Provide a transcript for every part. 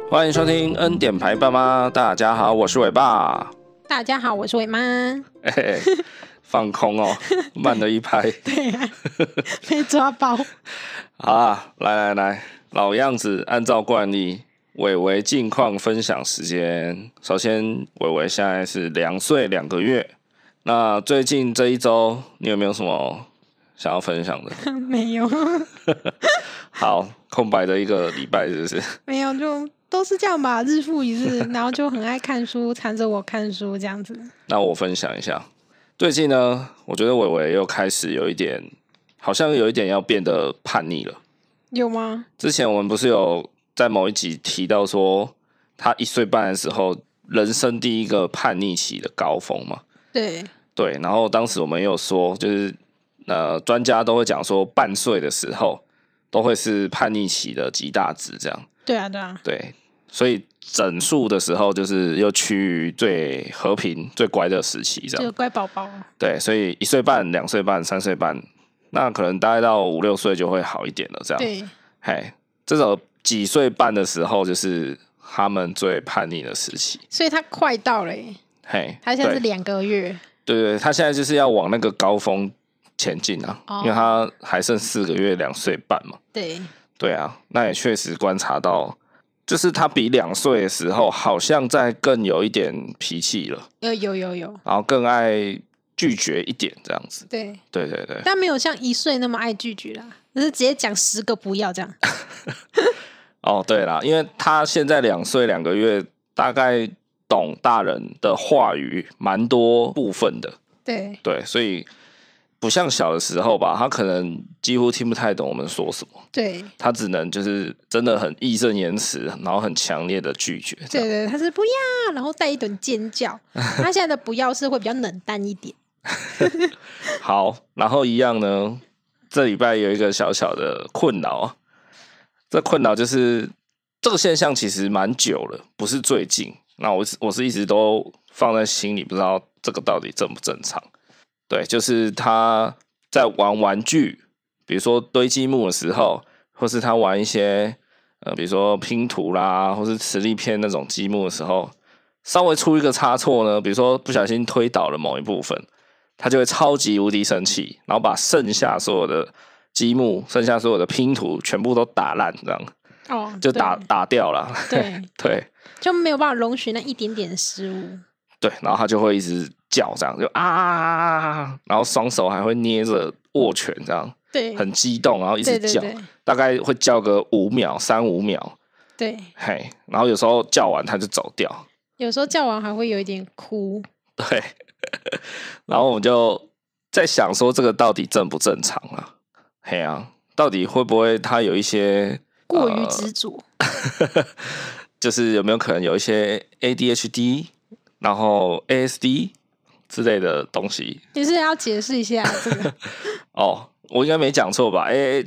欢迎收听恩典牌爸妈，大家好，我是伟爸。 大家好，我是伟妈。 放空哦，慢了一拍。 对啊，被抓包。 好啊，来，老样子，按照惯例，伟伟近况分享时间。首先，伟伟现在是2岁2个月。那最近这一周，你有没有什么想要分享的？ 没有。 好，空白的一个礼拜是不是？ 没有，就都是这样吧，日复一日，然后就很爱看书，缠着我看书这样子。 那我分享一下，最近呢，我觉得伟伟又开始有一点，好像有一点要变得叛逆了。 有吗？ 之前我们不是有在某一集提到说，他1岁半的时候，人生第一个叛逆期的高峰嘛？对，然后当时我们也有说，就是专家都会讲说，半岁的时候都会是叛逆期的极大值，这样。 对啊。 对，所以整数的时候就是又趋于最和平、最乖的时期，这样。 就乖宝宝。 对，所以1岁半、2岁半、3岁半，那可能大概到5、6岁就会好一点了，这样。 对。 嘿，这种几岁半的时候，就是他们最叛逆的时期。 所以他快到了耶。 嘿， 他现在是2个月。 对，他现在就是要往那个高峰前进啊，因为他还剩4个月2岁半嘛。对啊，那也确实观察到，就是他比2岁的时候，好像在更有一点脾气了。 有， 然后更爱拒绝一点这样子。对， 但没有像1岁那么爱拒绝啦，就是直接讲10个不要这样。 哦，对啦，因为他现在2岁2个月，大概懂大人的话语蛮多部分的。对，所以不像小的时候吧，他可能几乎听不太懂我们说什么。 对， 他只能就是真的很义正言辞，然后很强烈的拒绝。 对，他是不要，然后带一顿尖叫。他现在的不要是会比较冷淡一点。 好，然后一样呢，这礼拜有一个小小的困扰啊。这困扰就是这个现象其实蛮久了，不是最近。那我是一直都放在心里，不知道这个到底正不正常。对，就是他在玩玩具，比如说堆积木的时候，或是他玩一些比如说拼图啦，或是磁力片那种积木的时候，稍微出一个差错呢，比如说不小心推倒了某一部分，他就会超级无敌生气，然后把剩下所有的积木、剩下所有的拼图全部都打烂，这样。就打掉了。对， 就没有办法容许那一点点失误。 对，然后他就会一直叫，这样就啊，然后双手还会捏着握拳，这样。 对， 很激动，然后一直叫，大概会叫个3-5秒。 对， 嘿，然后有时候叫完他就走掉， 有时候叫完还会有一点哭。 对，然后我们就在想说，这个到底正不正常啊？嘿啊，到底会不会他有一些过于执着？ 就是有没有可能有一些 ADHD， 然后 ASD 之类的东西？ 你是要解释一下这个？ 哦，我应该没讲错吧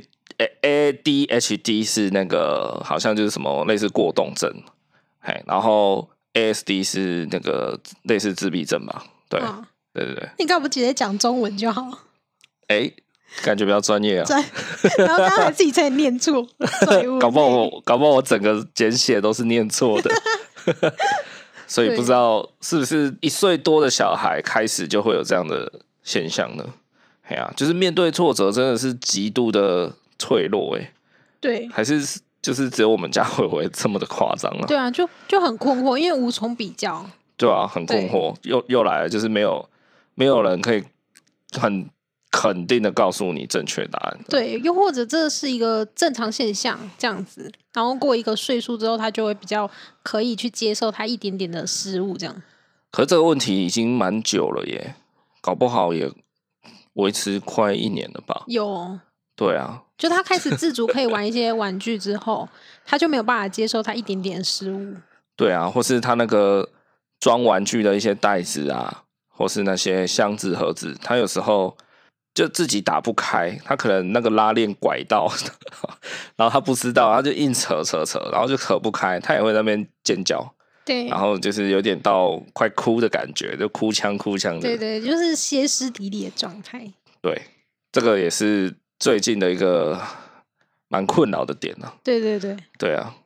？ADHD 是那个好像就是什么类似过动症，然后 ASD 是那个类似自闭症吧？对。 你干嘛不直接讲中文就好？ 感觉比较专业啊。 然后他还自己在念错， 搞不好我整个简写都是念错的。所以不知道是不是1岁多的小孩开始就会有这样的现象呢？就是面对挫折真的是极度的脆弱。 对，还是就是只有我们家伟伟这么的夸张啊？ 对啊，就很困惑，因为无从比较。 对啊，很困惑，又来了，就是没有人可以很肯定的告诉你正确答案。 对，又或者这是一个正常现象这样子，然后过一个岁数之后，他就会比较可以去接受他一点点的失误这样。 可是这个问题已经蛮久了耶，搞不好也维持快1年了吧？ 有。 对啊， 就他开始自主可以玩一些玩具之后，他就没有办法接受他一点点的失误。 对啊，或是他那个装玩具的一些袋子啊，或是那些箱子盒子，他有时候就自己打不开，他可能那个拉链拐到，然后他不知道，他就硬扯，然后就扯不开，他也会在那边尖叫。 对， 然后就是有点到快哭的感觉，就哭腔的。 对，就是歇斯底里的状态。 对，这个也是最近的一个蛮困扰的点啊。 对， 对啊，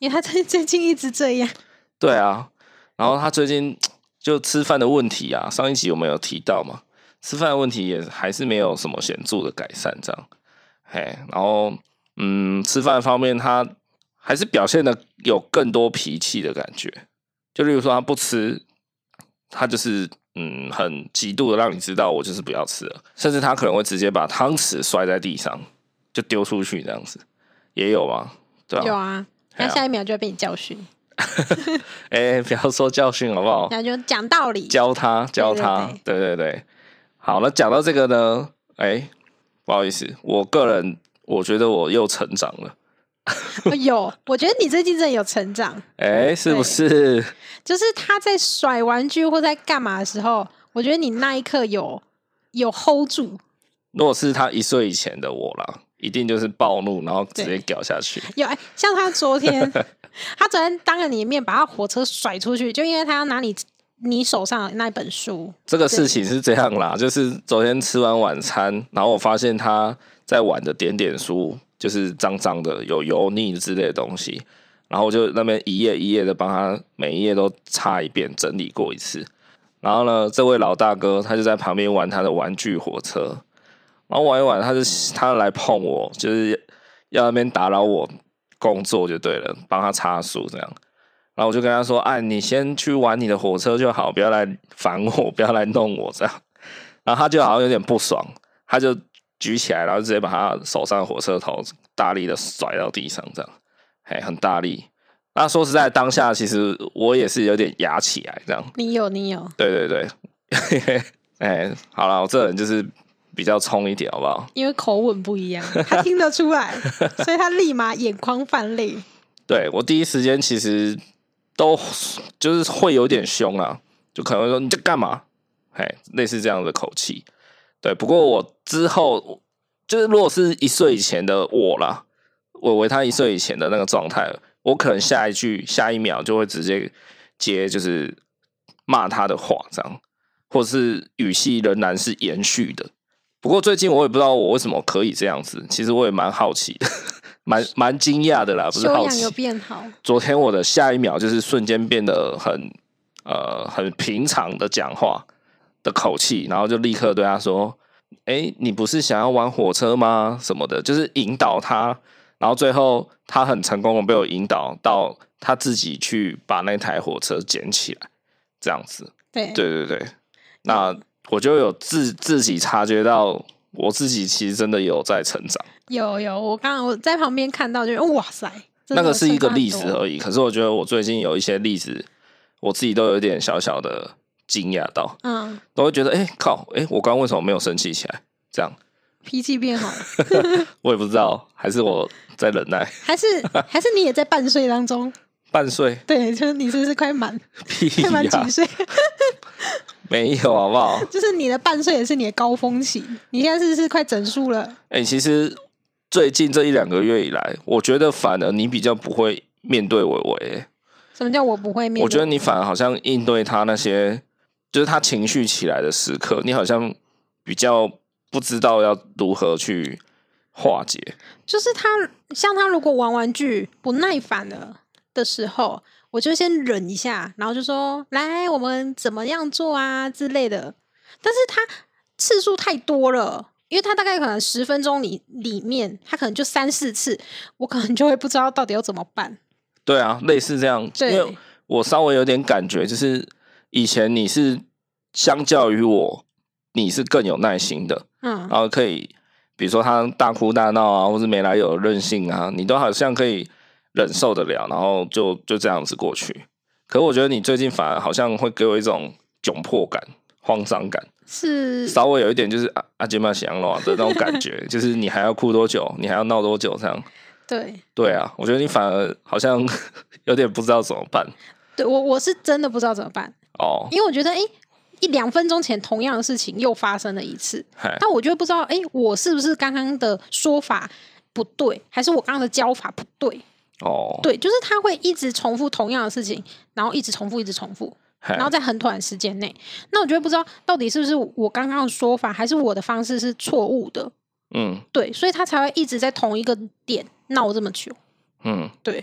因为他最近一直这样。 对啊，然后他最近就吃饭的问题啊，上一集我们有提到嘛，吃饭的问题也还是没有什么显著的改善，这样。嘿，然后吃饭方面他还是表现的有更多脾气的感觉，就例如说他不吃，他就是很极度的让你知道我就是不要吃了，甚至他可能会直接把汤匙摔在地上就丢出去这样子，也有吗？对啊， 有啊，那下一秒就会被你教训。 不要说教训好不好？ 那就讲道理， 教他，对对对。好，那讲到这个呢，不好意思，我个人我觉得我又成长了。 有，我觉得你最近真的有成长。 是不是？ 就是他在甩玩具或在干嘛的时候，我觉得你那一刻有 hold 住。 如果是他1岁以前的我啦，一定就是暴怒，然后直接屌下去。 有像他昨天，他昨天当着你的面把他火车甩出去，就因为他要拿你手上的那本书。 这个事情是这样啦，就是昨天吃完晚餐，然后我发现他在玩的点点书就是脏脏的，有油腻之类的东西，然后我就那边一页一页的帮他每一页都擦一遍，整理过一次。然后呢，这位老大哥他就在旁边玩他的玩具火车，然后玩一玩，他来碰我，就是要那边打扰我工作就对了，帮他擦书这样。然后我就跟他说：“你先去玩你的火车就好，不要来烦我，不要来弄我这样。”然后他就好像有点不爽，他就举起来，然后直接把他手上的火车头大力的甩到地上，这样，很大力。那说实在，当下其实我也是有点压起来，这样。 你有， 对对对，好了，我这人就是比较冲一点，好不好？ 因为口吻不一样，他听得出来，所以他立马眼眶泛泪。 对，我第一时间其实都就是会有点凶啊，就可能会说你在干嘛？类似这样的口气。对，不过我之后就是如果是1岁以前的我啦，我为他1岁以前的那个状态，我可能下一秒就会直接接就是骂他的话，这样，或者是语气仍然是延续的。不过最近我也不知道我为什么可以这样子，其实我也蛮好奇的，蛮惊讶的啦，不是好奇。 修养有变好。 昨天我的下一秒就是瞬间变得很平常的讲话的口气，然后就立刻对他说：“你不是想要玩火车吗？什么的，就是引导他。”然后最后他很成功的被我引导到他自己去把那台火车捡起来，这样子。对，那我就有自己察觉到，我自己其实真的有在成长。 有，我在旁边看到，就哇塞， 那个是一个例子而已。可是我觉得我最近有一些例子，我自己都有一点小小的惊讶到，都会觉得我刚刚为什么没有生气起来？这样脾气变好了， 我也不知道，还是我在忍耐， 还是你也在半岁当中？ 半岁？ 对，就是你是不是快满？ 快满几岁？ 没有，好不好？ 就是你的半岁也是你的高峰期，你现在是不是快整数了？ 其实最近这1-2个月以来，我觉得反而你比较不会面对伟伟。 什么叫我不会面对？ 我觉得你反而好像应对他那些，就是他情绪起来的时刻，你好像比较不知道要如何去化解。 就是像他如果玩玩具不耐烦了的时候，我就先忍一下，然后就说：“来，我们怎么样做啊之类的。”但是他次数太多了，因为他大概可能10分钟里面，他可能就3-4次，我可能就会不知道到底要怎么办。 对啊，类似这样，因为我稍微有点感觉，就是以前你是相较于我，你是更有耐心的，然后可以，比如说他大哭大闹啊，或是没来由的任性啊，你都好像可以忍受得了，然后就这样子过去。可是我觉得你最近反而好像会给我一种窘迫感、慌张感， 是稍微有一点就是阿金玛想了的那种感觉，就是你还要哭多久，你还要闹多久这样。对啊，我觉得你反而好像有点不知道怎么办。 对，我是真的不知道怎么办因为我觉得1-2分钟前同样的事情又发生了一次，但我就不知道我是不是刚刚的说法不对，还是我刚刚的教法不对。对，就是他会一直重复同样的事情，然后一直重复，然后在很短的时间内，那我就会不知道到底是不是我刚刚的说法，还是我的方式是错误的。对，所以他才会一直在同一个点闹这么久。 对，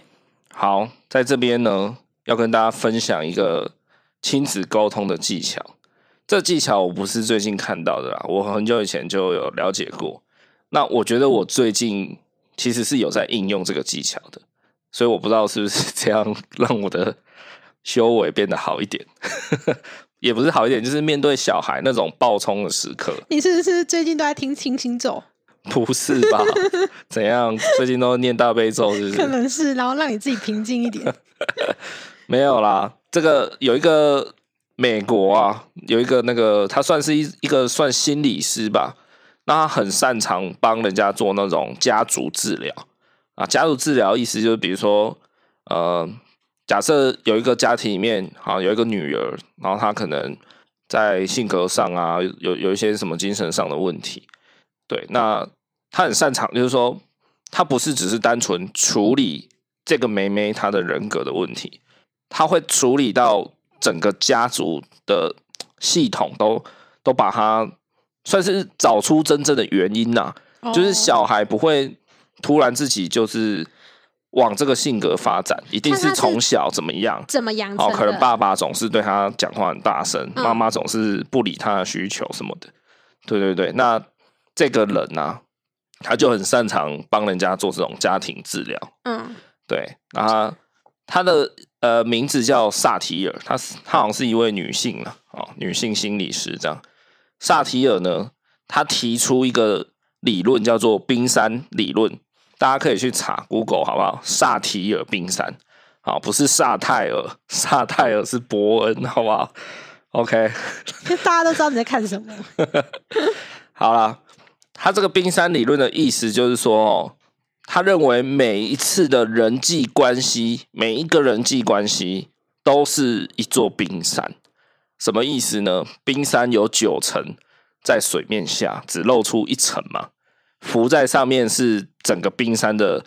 好，在这边呢，要跟大家分享一个亲子沟通的技巧。这技巧我不是最近看到的啦，我很久以前就有了解过。那我觉得我最近其实是有在应用这个技巧的，所以我不知道是不是这样让我的修为变得好一点。也不是好一点，就是面对小孩那种暴冲的时刻。 你是不是最近都在听清醒咒？ 不是吧？怎样？最近都念大悲咒是不是？ 可能是，然后让你自己平静一点。 没有啦，这个有一个美国啊，有一个那个他算是一个算心理师吧，那他很擅长帮人家做那种家族治疗啊。家族治疗意思就是，比如说假设有一个家庭里面啊有一个女儿，然后她可能在性格上啊有一些什么精神上的问题，对，那他很擅长，就是说他不是只是单纯处理这个妹妹她的人格的问题，他会处理到整个家族的系统都把它算是找出真正的原因呐、就是小孩不会突然自己就是往这个性格发展，一定是从小怎么样养成的。 可能爸爸总是对他讲话很大声，妈妈总是不理他的需求什么的。对对对，那这个人啊，他就很擅长帮人家做这种家庭治疗。对，然后他的名字叫萨提尔，他好像是一位女性啦，女性心理师这样。萨提尔呢，他提出一个理论叫做冰山理论。大家可以去查 Google 好不好？萨提尔冰山，好，不是萨泰尔，萨泰尔是伯恩，好不好 ？OK， 大家都知道你在看什么。 好啦，他这个冰山理论的意思就是说，他认为每一次的人际关系，每一个人际关系都是一座冰山。什么意思呢？冰山有9层在水面下，只露出1层嘛。浮在上面是整个冰山的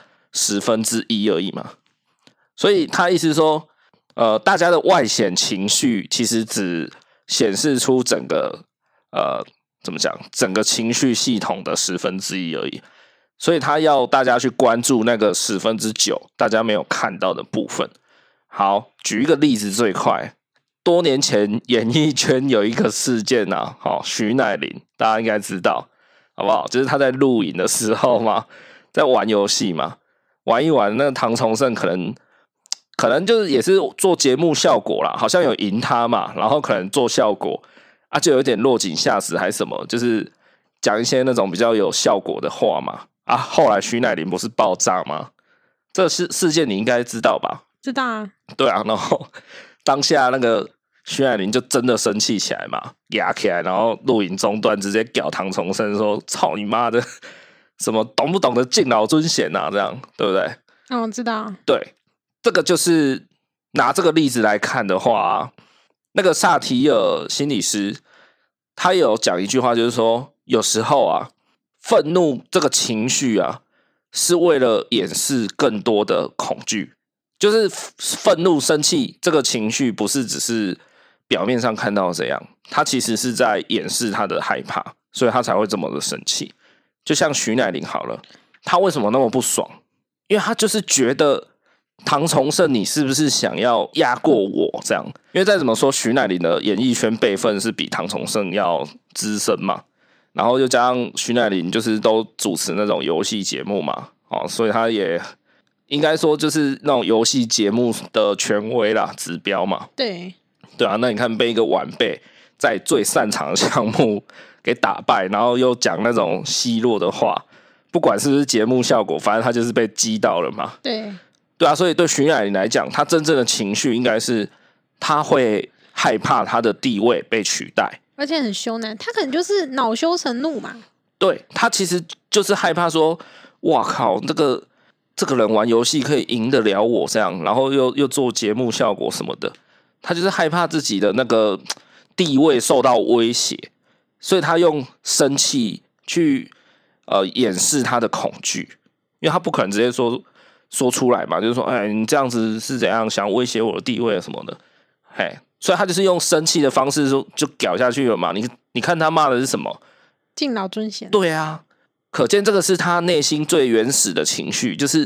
1/10而已嘛，所以他意思是说，大家的外显情绪其实只显示出整个怎么讲，整个情绪系统的1/10而已，所以他要大家去关注那个9%大家没有看到的部分。好，举一个例子最快，多年前演艺圈有一个事件啊，徐乃麟大家应该知道。好不好？就是他在录影的时候嘛，在玩游戏嘛，玩一玩，那个唐崇盛可能就是也是做节目效果啦，好像有赢他嘛，然后可能做效果啊，就有点落井下石还是什么，就是讲一些那种比较有效果的话嘛。啊，后来徐乃麟不是爆炸吗？这事件你应该知道吧？ 知道啊。对啊，然后当下那个徐乃麟就真的生气起来嘛，压起来，然后录影中断，直接屌唐崇盛说：“操你妈的，什么懂不懂得敬老尊贤啊？这样对不对？” 我知道。对， 这个就是拿这个例子来看的话，那个萨提尔心理师他有讲一句话，就是说，有时候啊，愤怒这个情绪啊，是为了掩饰更多的恐惧，就是愤怒、生气这个情绪，不是只是表面上看到这样，他其实是在掩饰他的害怕，所以他才会这么的生气。就像徐乃麟好了，他为什么那么不爽？因为他就是觉得唐崇盛，你是不是想要压过我这样？因为再怎么说，徐乃麟的演艺圈辈分是比唐崇盛要资深嘛，然后又加上徐乃麟就是都主持那种游戏节目嘛，所以他也应该说就是那种游戏节目的权威啦，指标嘛。对啊，那你看被一个晚辈在最擅长的项目给打败，然后又讲那种奚落的话，不管是不是节目效果，反正他就是被激到了嘛。对啊，所以对徐乃麟来讲，他真正的情绪应该是他会害怕他的地位被取代， 而且很羞难，他可能就是恼羞成怒嘛。 对，他其实就是害怕说，哇靠，这个人玩游戏可以赢得了我这样，然后又做节目效果什么的。他就是害怕自己的那个地位受到威胁，所以他用生气去掩饰他的恐惧，因为他不可能直接说出来嘛，就是说，哎，你这样子是怎样想威胁我的地位什么的，嘿，所以他就是用生气的方式就屌下去了嘛。你看他骂的是什么？ 敬老尊贤。 对啊，可见这个是他内心最原始的情绪，就是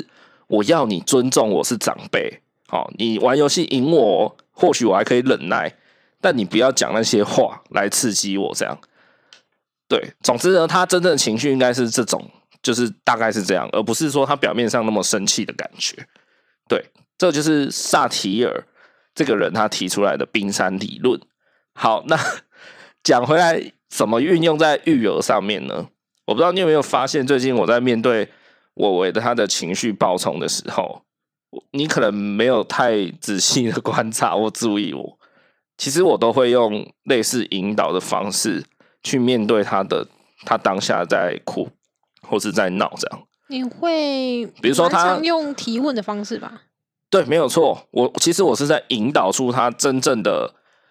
我要你尊重我是长辈，好，你玩游戏赢我，或许我还可以忍耐，但你不要讲那些话来刺激我，这样。对，总之呢，他真正的情绪应该是这种，就是大概是这样，而不是说他表面上那么生气的感觉。对，这就是萨提尔这个人他提出来的冰山理论。好，那讲回来，怎么运用在育儿上面呢？我不知道你有没有发现，最近我在面对我为的他的情绪爆冲的时候，你可能没有太仔细的观察或注意我，其实我都会用类似引导的方式去面对他当下在哭或是在闹这样。 你会比如说他常用提问的方式吧？ 对，没有错。其实我是在引导出他真正的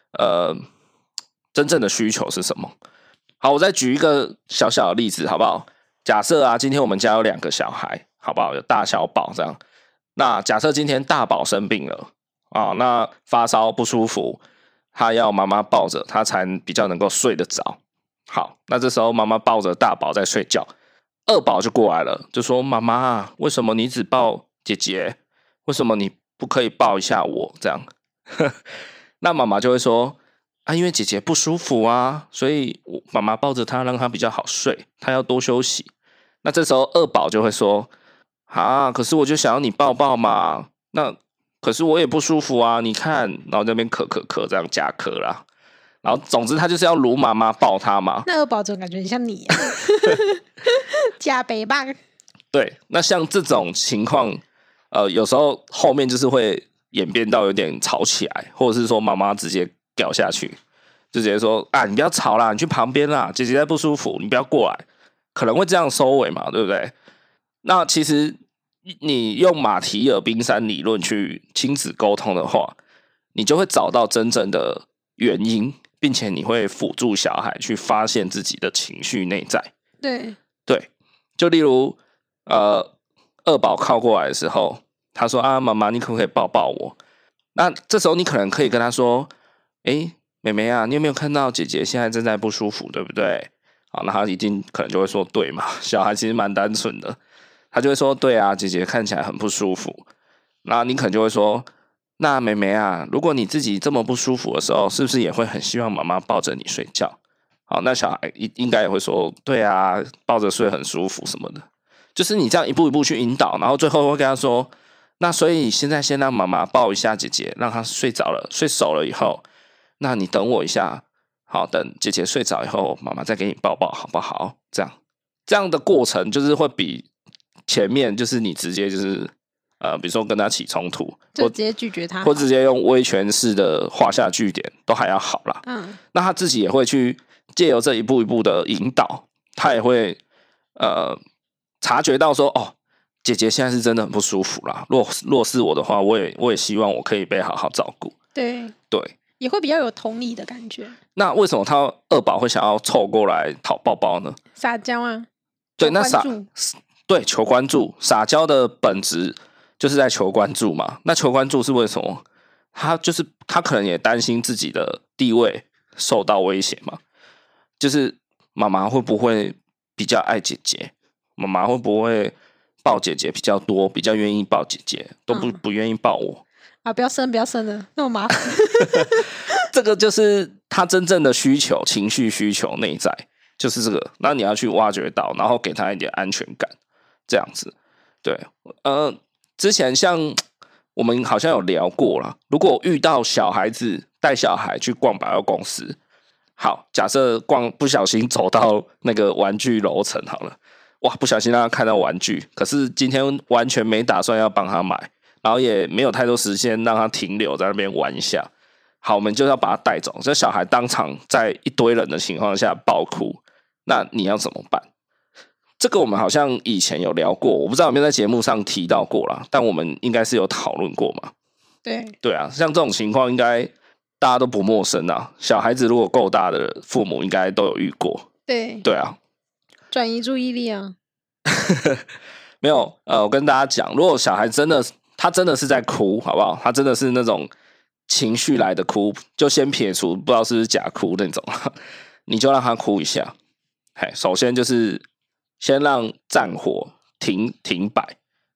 需求是什么。好，我再举一个小小的例子好不好？假设啊，今天我们家有2个小孩，好不好？有大小宝这样。那假设今天大宝生病了啊，那发烧不舒服，他要妈妈抱着，他才比较能够睡得着。好，那这时候妈妈抱着大宝在睡觉，二宝就过来了，就说：“妈妈，为什么你只抱姐姐？为什么你不可以抱一下我？”这样，那妈妈就会说：“啊，因为姐姐不舒服啊，所以妈妈抱着她，让她比较好睡，她要多休息。”那这时候二宝就会说：“啊，可是我就想要你抱抱嘛，那可是我也不舒服啊，你看，然后那边咳这样加咳啦，然后总之他就是要撸妈妈抱他嘛。 那二宝总感觉很像你、啊，加北棒。 对，那像这种情况，有时候后面就是会演变到有点吵起来，或者是说妈妈直接掉下去，就直接说啊，你不要吵啦，你去旁边啦，姐姐在不舒服，你不要过来，可能会这样收尾嘛，对不对？那其实你用马提尔冰山理论去亲子沟通的话，你就会找到真正的原因，并且你会辅助小孩去发现自己的情绪内在。 对， 就例如二宝靠过来的时候，他说啊，妈妈，你可不可以抱抱我？那这时候你可能可以跟他说，妹妹啊，你有没有看到姐姐现在正在不舒服，对不对？好，那他一定可能就会说对嘛，小孩其实蛮单纯的。他就会说：“对啊，姐姐看起来很不舒服。”那你可能就会说：“那妹妹啊，如果你自己这么不舒服的时候，是不是也会很希望妈妈抱着你睡觉？”好，那小孩应该也会说：“对啊，抱着睡很舒服什么的。”就是你这样一步一步去引导，然后最后会跟他说：“那所以现在先让妈妈抱一下姐姐，让她睡着了、睡熟了以后，那你等我一下，好，等姐姐睡着以后，妈妈再给你抱抱，好不好？”这样的过程就是会比前面就是你直接就是比如说跟他起冲突， 就直接拒绝他， 或直接用威权式的画下句点，都还要好啦。那他自己也会去借由这一步一步的引导，他也会察觉到说，哦，姐姐现在是真的很不舒服啦。若是我的话，我也希望我可以被好好照顾。 对，也会比较有同理的感觉。 那为什么他二宝会想要凑过来讨抱抱呢？ 撒娇啊， 对，那求关注，撒娇的本质就是在求关注嘛。那求关注是为什么？他可能也担心自己的地位受到威胁嘛。就是妈妈会不会比较爱姐姐？妈妈会不会抱姐姐比较多，比较愿意抱姐姐，都不愿意抱我啊？不要生了，那么麻烦。 这个就是他真正的需求，情绪需求内在就是这个。那你要去挖掘到，然后给他一点安全感。这样子，对，之前像我们好像有聊过啦，如果遇到小孩子带小孩去逛百货公司，好，假设不小心走到那个玩具楼层好了，哇，不小心让他看到玩具，可是今天完全没打算要帮他买，然后也没有太多时间让他停留在那边玩一下，好，我们就要把他带走，这小孩当场在一堆人的情况下爆哭，那你要怎么办？这个我们好像以前有聊过，我不知道有没有在节目上提到过啦，但我们应该是有讨论过嘛。对啊，像这种情况应该大家都不陌生啊，小孩子如果够大的父母应该都有遇过。对啊， 转移注意力啊。 没有，我跟大家讲，如果小孩他真的是在哭，好不好？他真的是那种情绪来的哭，就先撇除不知道是不是假哭那种，你就让他哭一下。首先就是先让战火停摆，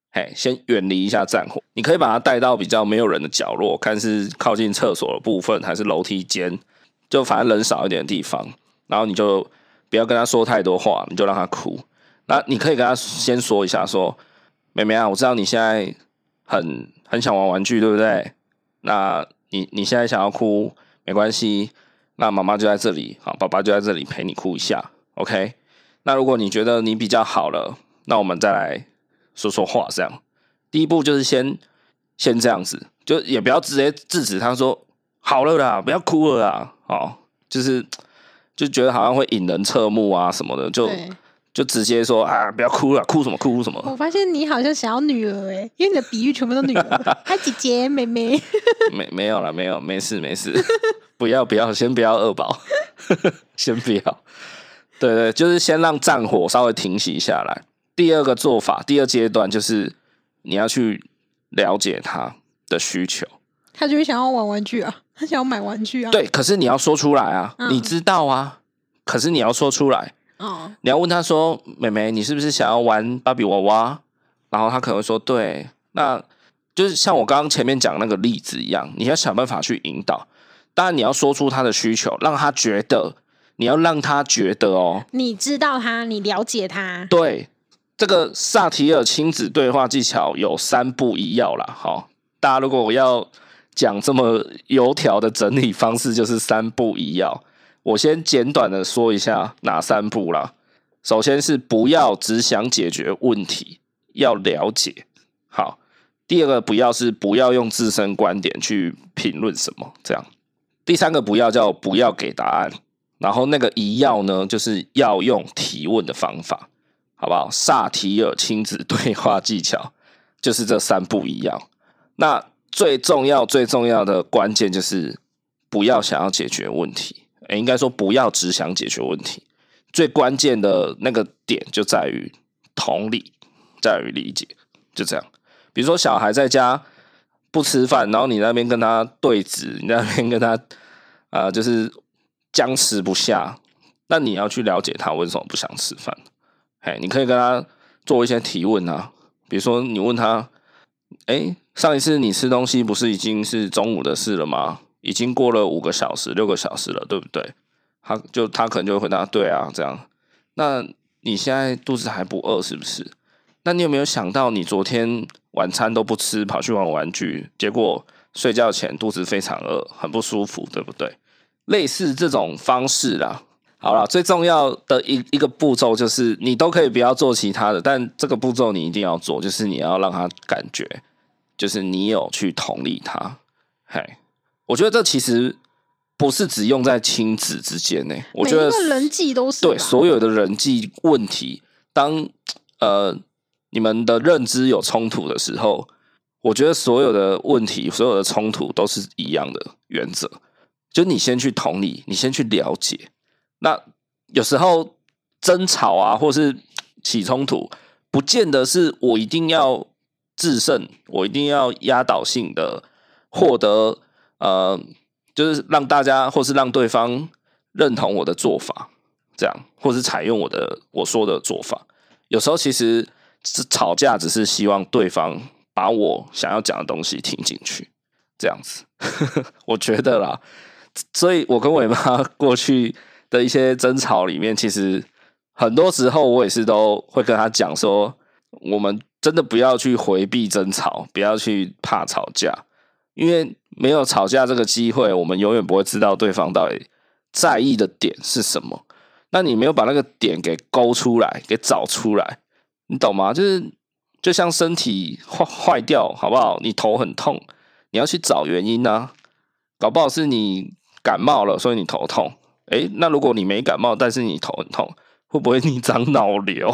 先远离一下战火。你可以把它带到比较没有人的角落，看是靠近厕所的部分还是楼梯间，就反正人少一点的地方，然后你就不要跟他说太多话，你就让他哭。那你可以跟他先说一下说，妹妹啊，我知道你现在很想玩玩具，对不对？那你现在想要哭没关系，那妈妈就在这里，好，爸爸就在这里陪你哭一下 ，OK？ 那如果你觉得你比较好了，那我们再来说说话，这样。第一步就是先这样子，就也不要直接制止他说好了啦，不要哭了啦，哦，就觉得好像会引人侧目啊什么的，就直接说啊，不要哭了，哭什么哭什么。 我发现你好像想要女儿因为你的比喻全部都女儿，还姐姐妹妹。 没有啦，没有，没事，不要，先不要二宝，先不要。对，就是先让战火稍微停息下来。第二个做法，第二阶段就是你要去了解他的需求。 他就会想要玩玩具啊，他想要买玩具啊。 对，可是你要说出来啊，你知道啊，可是你要说出来。你要问他说：“妹妹，你是不是想要玩芭比娃娃？”然后他可能会说：“对。”那就是像我刚刚前面讲那个例子一样，你要想办法去引导。当然，你要说出他的需求，让他觉得，你要让他觉得哦， 你知道他，你了解他。 对，这个萨提尔亲子对话技巧有3步1要啦。好，大家如果要讲这么油条的整理方式，就是3步1要。我先简短的说一下哪3步啦。首先是不要只想解决问题，要了解。好，第二个不要是不要用自身观点去评论什么，这样。第3个不要叫不要给答案，然后那个1要呢，就是要用提问的方法，好不好？萨提尔亲子对话技巧就是这3步1要。那最重要的关键就是不要想要解决问题。应该说不要只想解决问题，最关键的那个点就在于同理，在于理解，就这样。比如说小孩在家不吃饭，然后你那边跟他对峙，你那边跟他就是僵持不下，那你要去了解他为什么不想吃饭。你可以跟他做一些提问啊，比如说你问他，上一次你吃东西不是已经是中午的事了吗？已经过了5个小时、6个小时了，对不对？他可能就会回答对啊，这样。那你现在肚子还不饿是不是？那你有没有想到，你昨天晚餐都不吃，跑去玩玩具，结果睡觉前肚子非常饿，很不舒服，对不对？类似这种方式啦。好啦，最重要的一个步骤就是你都可以不要做其他的，但这个步骤你一定要做，就是你要让他感觉，就是你有去同理他。我觉得这其实不是只用在亲子之间呢，我觉得每一个人际都是对所有的人际问题，当你们的认知有冲突的时候，我觉得所有的问题、所有的冲突都是一样的原则，就你先去同理，你先去了解。那有时候争吵啊，或是起冲突，不见得是我一定要制胜，我一定要压倒性的获得。就是让大家或是让对方认同我的做法，这样，或是采用我说的做法。有时候其实吵架只是希望对方把我想要讲的东西听进去，这样子。我觉得啦，所以我跟伟妈过去的一些争吵里面，其实很多时候我也是都会跟她讲说，我们真的不要去回避争吵，不要去怕吵架。因为没有吵架这个机会，我们永远不会知道对方到底在意的点是什么。那你没有把那个点给勾出来，给找出来，你懂吗？就像身体坏掉，好不好？你头很痛，你要去找原因啊。搞不好是你感冒了，所以你头痛。那如果你没感冒，但是你头很痛，会不会你长脑瘤？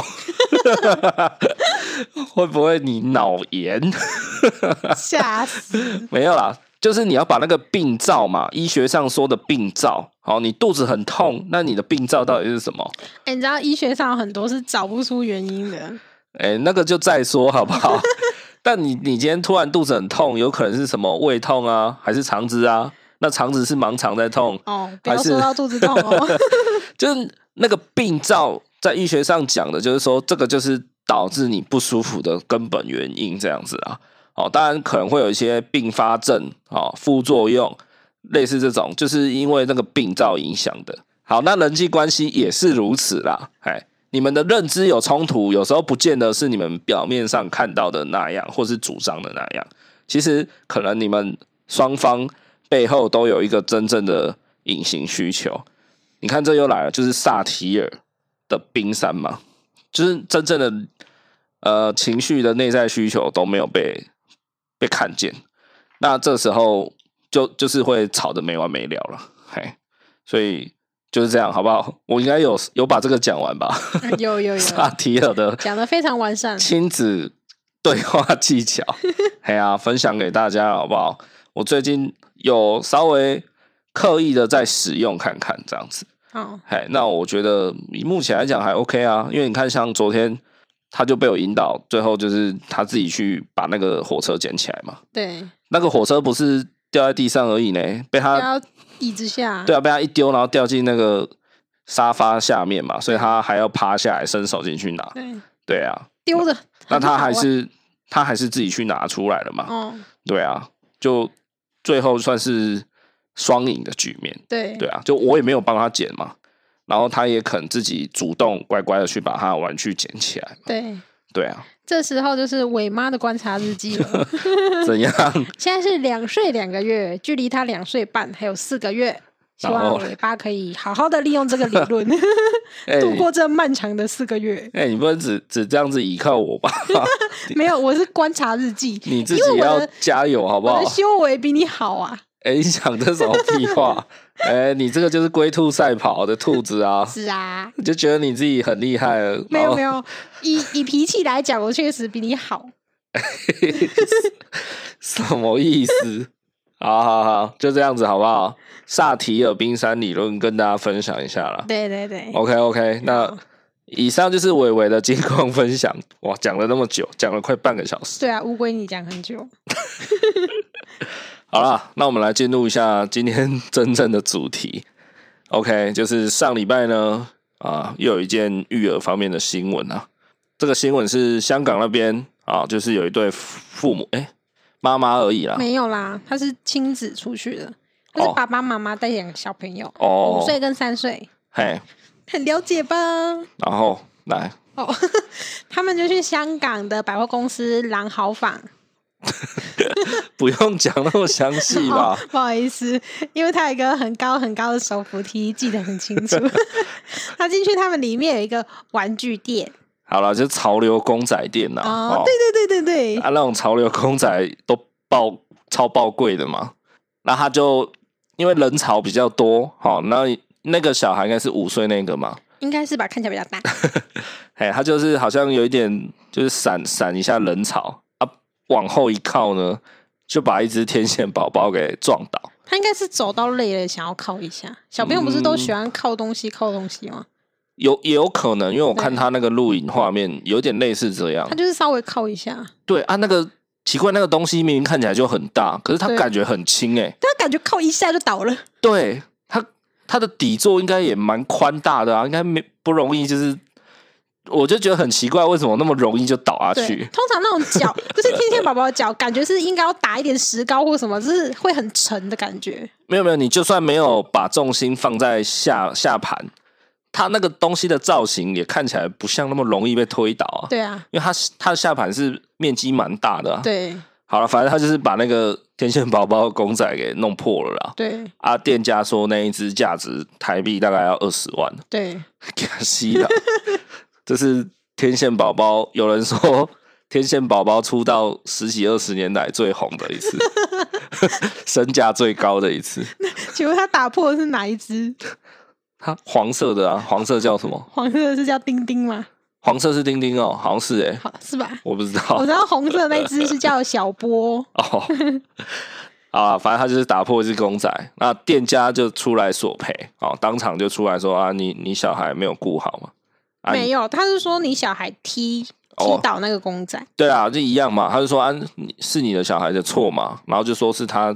会不会你脑炎？ 吓死！ 没有啦，就是你要把那个病灶嘛，医学上说的病灶。好，你肚子很痛，那你的病灶到底是什么？ 你知道医学上很多是找不出原因的。 那个就再说好不好？但你今天突然肚子很痛，有可能是什么胃痛啊，还是肠子啊？那肠子是盲肠在痛哦，不要说到肚子痛哦。 就是那个病灶，在医学上讲的，就是说这个就是导致你不舒服的根本原因这样子啊。当然可能会有一些并发症副作用，类似这种就是因为那个病灶影响的。好，那人际关系也是如此啦。你们的认知有冲突，有时候不见得是你们表面上看到的那样，或是主张的那样。其实可能你们双方背后都有一个真正的隐形需求。你看，这又来了，就是萨提尔的冰山嘛，就是真正的情绪的内在需求都没有被看见。那这时候就是会吵得没完没了了。所以就是这样，好不好？我应该有把这个讲完吧？ 有萨提尔的讲得非常完善， 亲子对话技巧，分享给大家好不好？我最近有稍微刻意的在使用看看，这样子。那我觉得以目前来讲还 OK 啊，因为你看，像昨天他就被我引导，最后就是他自己去把那个火车捡起来嘛。 对， 那个火车不是掉在地上而已呢，被他椅子下， 对啊，被他一丢，然后掉进那个沙发下面嘛，所以他还要趴下来伸手进去拿。对啊， 丢的， 那他还是自己去拿出来了嘛。对啊，就最后算是双赢的局面。对啊，就我也没有帮他捡嘛，然后他也肯自己主动乖乖的去把他的玩具捡起来。对啊， 这时候就是伟妈的观察日记了。 怎样？ 现在是2岁2个月，距离他2岁半还有4个月。希望尾巴可以好好的利用这个理论，度过这漫长的4个月。 你不能只这样子依靠我吧？ 没有，我是观察日记， 你自己要加油好不好？ 我的修为比你好啊！ 你讲这什么屁话？你这个就是龟兔赛跑的兔子啊！ 是啊， 你就觉得你自己很厉害了？ 没有，以脾气来讲，我确实比你好。 什么意思？好，就这样子好不好？萨提尔冰山理论跟大家分享一下啦。 对。 OK， 那以上就是伟伟的近况分享。哇，讲了那么久，讲了快半个小时。 对啊，乌龟你讲很久。 好啦，那我们来进入一下今天真正的主题。OK， 就是上礼拜呢，又有一件育儿方面的新闻啊。这个新闻是香港那边就是有一对父母，妈妈而已啦， 没有啦，他是亲子出去的，他是爸爸妈妈带2个小朋友，5岁跟3岁，很了解吧？ 然后来他们就去香港的百货公司朗豪坊。 不用讲那么详细吧？ 不好意思，因为他有一个很高很高的手扶梯，记得很清楚。他进去，他们里面有一个玩具店。 好了，就是潮流公仔店呐。 对。 那种潮流公仔都超爆贵的嘛。那他就因为人潮比较多，那个小孩应该是5岁那个嘛， 应该是吧，看起来比较大。 他就是好像有一点就是闪一下人潮往后一靠呢，就把一只天线宝宝给撞倒。 他应该是走到累了，想要靠一下。小朋友不是都喜欢靠东西吗？ 也有可能，因为我看他那个录影画面有点类似这样。 他就是稍微靠一下。 对啊，那个奇怪，那个东西明明看起来就很大，可是他感觉很轻他感觉靠一下就倒了。 对，他的底座应该也蛮宽大的啊，应该不容易就是。我就觉得很奇怪，为什么那么容易就倒下去？ 通常那种脚，就是天线宝宝的脚，感觉是应该要打一点石膏或什么，就是会很沉的感觉。没有，你就算没有把重心放在下盘，它那个东西的造型也看起来不像那么容易被推倒啊。 对啊， 因为它的下盘是面积蛮大的啊。 对， 好了，反正他就是把那个天线宝宝的公仔给弄破了啦。 对店家说那一只价值台币大概要20万。 对， 给他吸了。这是天线宝宝，有人说天线宝宝出道10几20年来最红的一次，身价最高的一次。 请问他打破的是哪一只？ 他黄色的啊，黄色叫什么？ 黄色的是叫丁丁吗？ 黄色是丁丁哦，好像是是吧？ 我不知道， 我知道红色那只是叫小波反正他就是打破一只公仔，那店家就出来索赔，当场就出来说你小孩没有顾好嘛。 没有，他是说你小孩踢倒那个公仔。 对啊，就一样嘛。他就说是你的小孩的错嘛，然后就说是他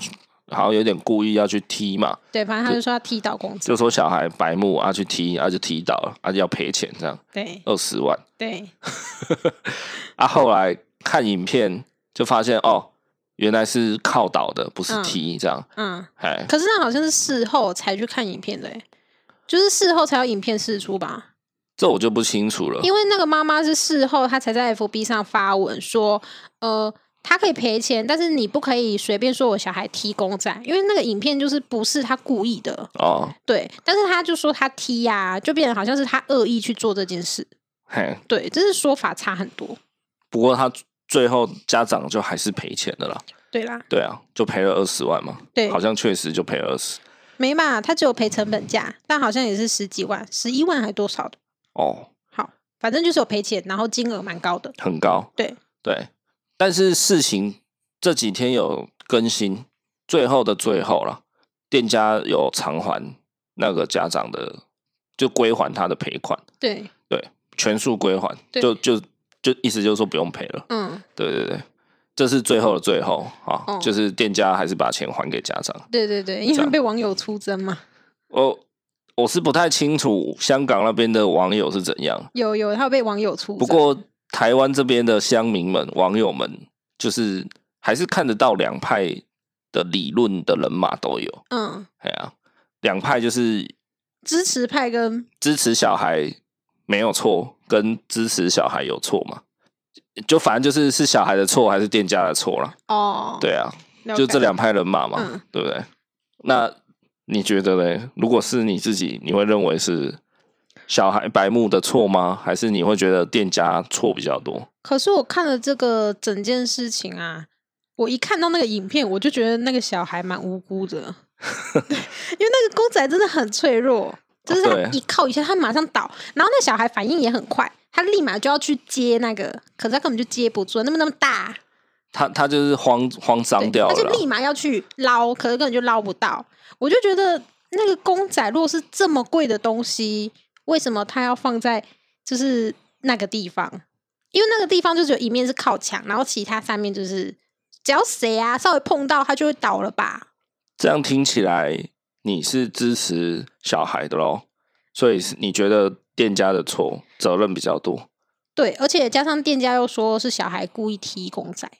好像有点故意要去踢嘛。 对，反正他就说要踢倒公仔， 就说小孩白目啊去踢啊就踢倒了啊要赔钱这样。 对 ，20万。 对。 啊，后来看影片就发现哦，原来是靠倒的，不是踢这样。 可是那好像是事后才去看影片的，就是事后才有影片释出吧？ 这我就不清楚了。 因为那个妈妈是事后她才在 FB 上发文说，他可以赔钱，但是你不可以随便说我小孩踢公仔，因为那个影片就是不是他故意的哦。对，但是他就说他踢呀，就变成好像是他恶意去做这件事。对，这是说法差很多。 不过他最后家长就还是赔钱的啦。 对啦， 对啊，就赔了20万嘛。对，好像确实就赔了20。 没嘛，他只有赔成本价，但好像也是10几万，11万还多少的。哦，好，反正就是有赔钱，然后金额蛮高的， 很高。 对对，但是事情这几天有更新，最后的最后了，店家有偿还那个家长的，就归还他的赔款。对对，全数归还，就意思就是说不用赔了。对对对。这是最后的最后啊，就是店家还是把钱还给家长。对对对，因为被网友出征嘛。我是不太清楚香港那边的网友是怎样。有他被网友出征。不过台湾这边的乡民们、网友们，就是还是看得到两派的理论的人马都有。哎呀，两派就是支持派跟支持小孩没有错，跟支持小孩有错嘛。就反正是小孩的错还是店家的错啦。哦，对啊，就这两派人马嘛，对不对？那你觉得呢？如果是你自己，你会认为是小孩白目的错吗？还是你会觉得店家错比较多？可是我看了这个整件事情啊，我一看到那个影片，我就觉得那个小孩蛮无辜的，因为那个公仔真的很脆弱，就是他一靠一下，他马上倒，然后那小孩反应也很快。他立马就要去接那个，可是他根本就接不住，那么大，他就是慌张掉了，他就立马要去捞，可是根本就捞不到。我就觉得那个公仔如果是这么贵的东西，为什么他要放在就是那个地方？因为那个地方就是有一面是靠墙，然后其他3面就是只要谁啊稍微碰到，他就会倒了吧？这样听起来你是支持小孩的咯，所以你觉得店家的错，责任比较多。对，而且加上店家又说是小孩故意踢公仔。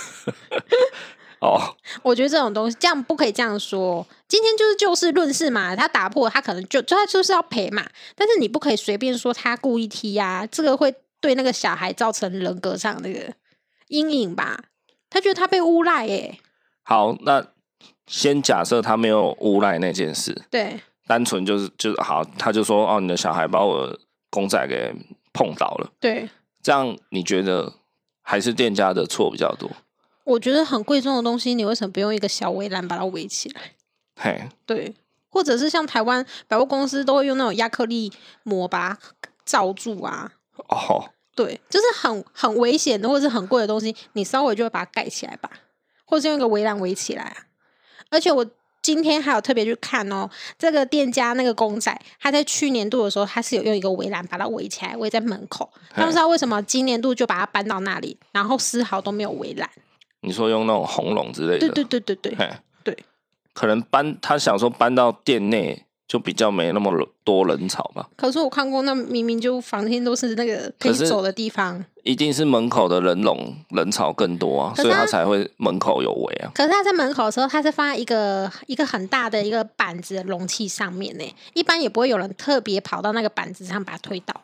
哦，我觉得这种东西这样不可以这样说。今天就是就事论事嘛，他打破他可能他就是要赔嘛，但是你不可以随便说他故意踢啊，这个会对那个小孩造成人格上那个阴影吧？他觉得他被诬赖耶。好，那先假设他没有诬赖那件事。对。单纯就是好，他就说哦，你的小孩把我的公仔给碰倒了。对，这样你觉得还是店家的错比较多？我觉得很贵重的东西，你为什么不用一个小围栏把它围起来？嘿，对，或者是像台湾百货公司都会用那种亚克力膜把它罩住啊。哦，对，就是很危险的或者是很贵的东西，你稍微就会把它盖起来吧，或者用一个围栏围起来啊。而且我今天还有特别去看哦，这个店家那个公仔，他在去年度的时候，他是有用一个围栏把它围起来，围在门口。他不知道为什么今年度就把它搬到那里，然后丝毫都没有围栏。你说用那种红龙之类的？对，可能他想说搬到店内就比较没那么多人潮吧。可是我看过，那明明就房间都是那个可以走的地方，一定是门口的人潮更多啊，所以他才会门口有围啊。可是他在门口的时候，他是放在一个很大的一个板子的容器上面呢，一般也不会有人特别跑到那个板子上把它推倒。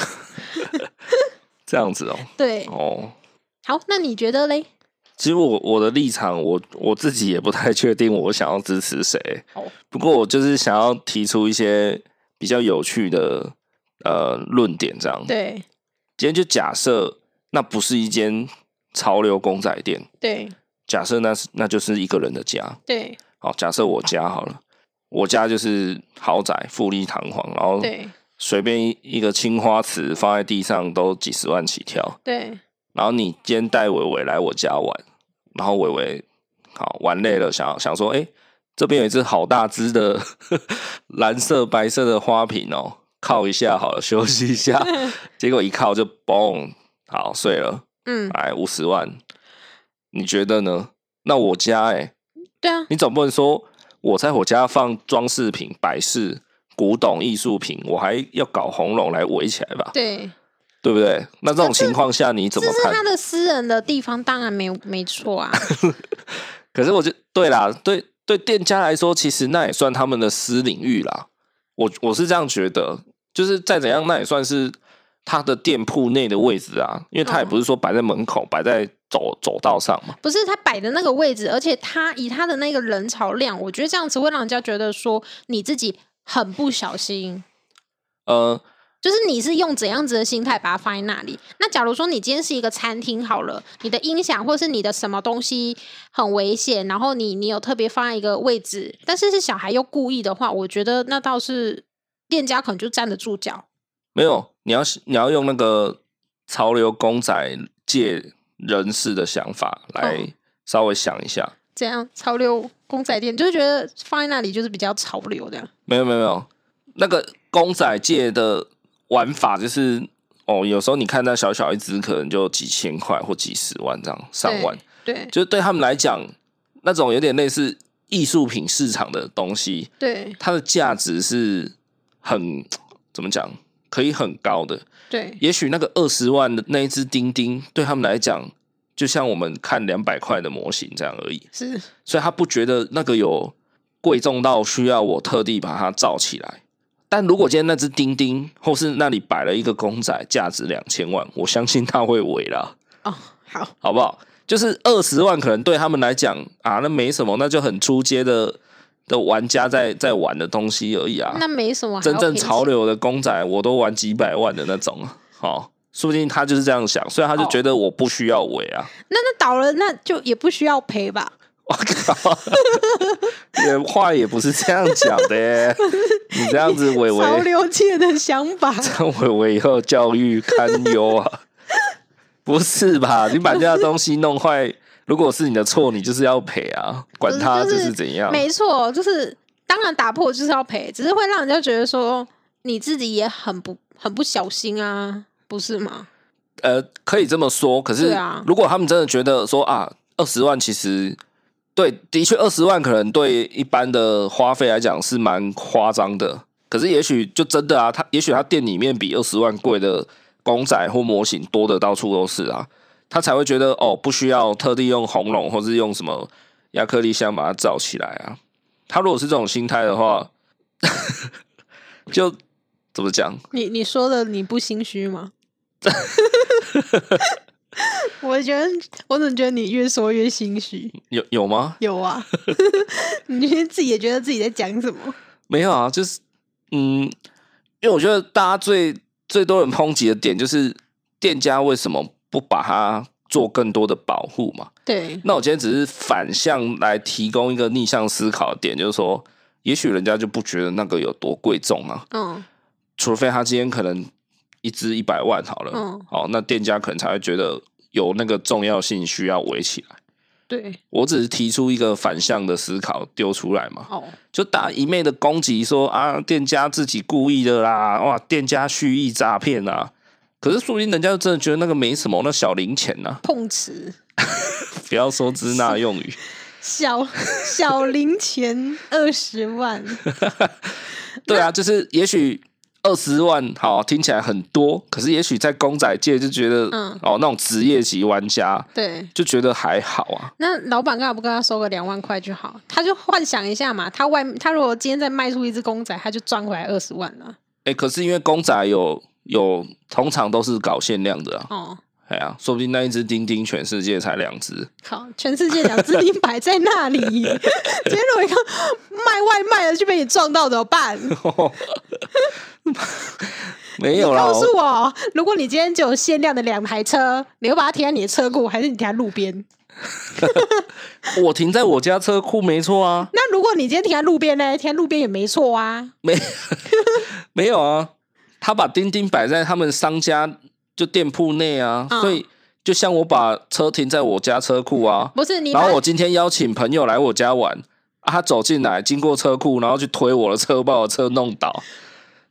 这样子哦。对哦。好，那你觉得嘞？其实我的立场，我自己也不太确定我想要支持谁。不过我就是想要提出一些比较有趣的论点，这样。对。今天就假设那不是一间潮流公仔店。对。假设那就是一个人的家。对。好，假设我家好了，我家就是豪宅，富丽堂皇，然后随便一个青花瓷放在地上都几十万起跳。对。然后你今天带伟伟来我家玩，然后伟伟好玩累了，想说，这边有一只好大只的蓝色白色的花瓶哦，靠一下好了，休息一下。结果一靠就嘣，好睡了。来50万，你觉得呢？那我家对啊， 你总不能说我在我家放装饰品、摆饰、古董艺术品，我还要搞红龙来围起来吧？ 对， 对不对？那这种情况下你怎么看？ 这是他的私人的地方，当然没错啊。 可是我觉得对啦，对店家来说，其实那也算他们的私领域啦。我是这样觉得，就是再怎样，那也算是他的店铺内的位置啊，因为他也不是说摆在门口，摆在走道上嘛。 不是他摆的那个位置，而且他以他的那个人潮量，我觉得这样子会让人家觉得说你自己很不小心。就是你是用怎样子的心态把它放在那里？那假如说你今天是一个餐厅好了，你的音响或是你的什么东西很危险，然后你有特别放在一个位置，但是小孩又故意的话，我觉得那倒是店家可能就站得住脚。 没有，你要用那个潮流公仔界人士的想法来稍微想一下。 这样潮流公仔店就是觉得放在那里就是比较潮流的。 没有，那个公仔界的玩法就是有时候你看那小小一只可能就几千块或几十万这样上万， 对， 就是对他们来讲，那种有点类似艺术品市场的东西， 对， 它的价值是很怎么讲，可以很高的。 对， 也许那个20万的那一只丁丁，对他们来讲，就像我们看200块的模型这样而已。 是， 所以他不觉得那个有贵重到需要我特地把它罩起来。但如果今天那只丁丁，或是那里摆了一个公仔，价值2000万，我相信他会围啦。好不好？就是20万，可能对他们来讲啊，那没什么，那就很初阶的玩家在玩的东西而已啊。 那没什么， 真正潮流的公仔，我都玩几百万的那种。说不定他就是这样想，所以他就觉得我不需要围啊。 那倒了，那就也不需要赔吧。 我靠，你的话也不是这样讲的耶。你这样子，伟伟潮流界的想法， 这样伟伟以后教育堪忧啊！不是吧？你把人家的东西弄坏，如果是你的错，你就是要赔啊，管他就是怎样。 没错，就是当然打破就是要赔，只是会让人家觉得说你自己也很不小心啊，不是吗？ 可以这么说，可是如果他们真的觉得说啊，20万其实。对，的确20万可能对一般的花费来讲是蛮夸张的，可是也许就真的啊，也许他店里面比20万贵的公仔或模型多的到处都是啊，他才会觉得不需要特地用红龙或是用什么亚克力箱把它罩起来啊。他如果是这种心态的话，就怎么讲？ 你说的你不心虚吗？我怎么觉得你越说越心虚？ 有吗？ 有啊，你自己也觉得自己在讲什么？ 没有啊，就是因为我觉得大家最多人抨击的点就是店家为什么不把它做更多的保护嘛？ 对。 那我今天只是反向来提供一个逆向思考的点，就是说，也许人家就不觉得那个有多贵重啊。除非他今天可能一只100万好了，那店家可能才会觉得有那个重要性需要围起来。 对， 我只是提出一个反向的思考丢出来嘛，就打一昧的攻击说啊，店家自己故意的啦，哇，店家蓄意诈骗啊。可是说不定人家就真的觉得那个没什么，那小零钱啊， 碰瓷，不要说支那用语， 小零钱20万， 对啊，就是也许。20万好听起来很多，可是也许在公仔界就觉得，那种职业级玩家， 对， 就觉得还好啊。 那老板干嘛不跟他收个2万块就好？他就幻想一下嘛，他如果今天再卖出一只公仔，他就赚回来20万了。 可是因为公仔有通常都是搞限量的啊。说不定那一只丁丁全世界才2只。 好，全世界2只丁摆在那里，今天如果一个卖外卖的就被你撞到怎么办？ 没有啦， 你告诉我，如果你今天只有限量的2台车，你会把它停在你的车库，还是你停在路边？ 我停在我家车库没错啊。 那如果你今天停在路边呢？停在路边也没错啊。 没有啊，他把丁丁摆在他们商家就店铺内啊，所以就像我把车停在我家车库啊， 不是你， 然后我今天邀请朋友来我家玩，他走进来经过车库，然后去推我的车，把我的车弄倒。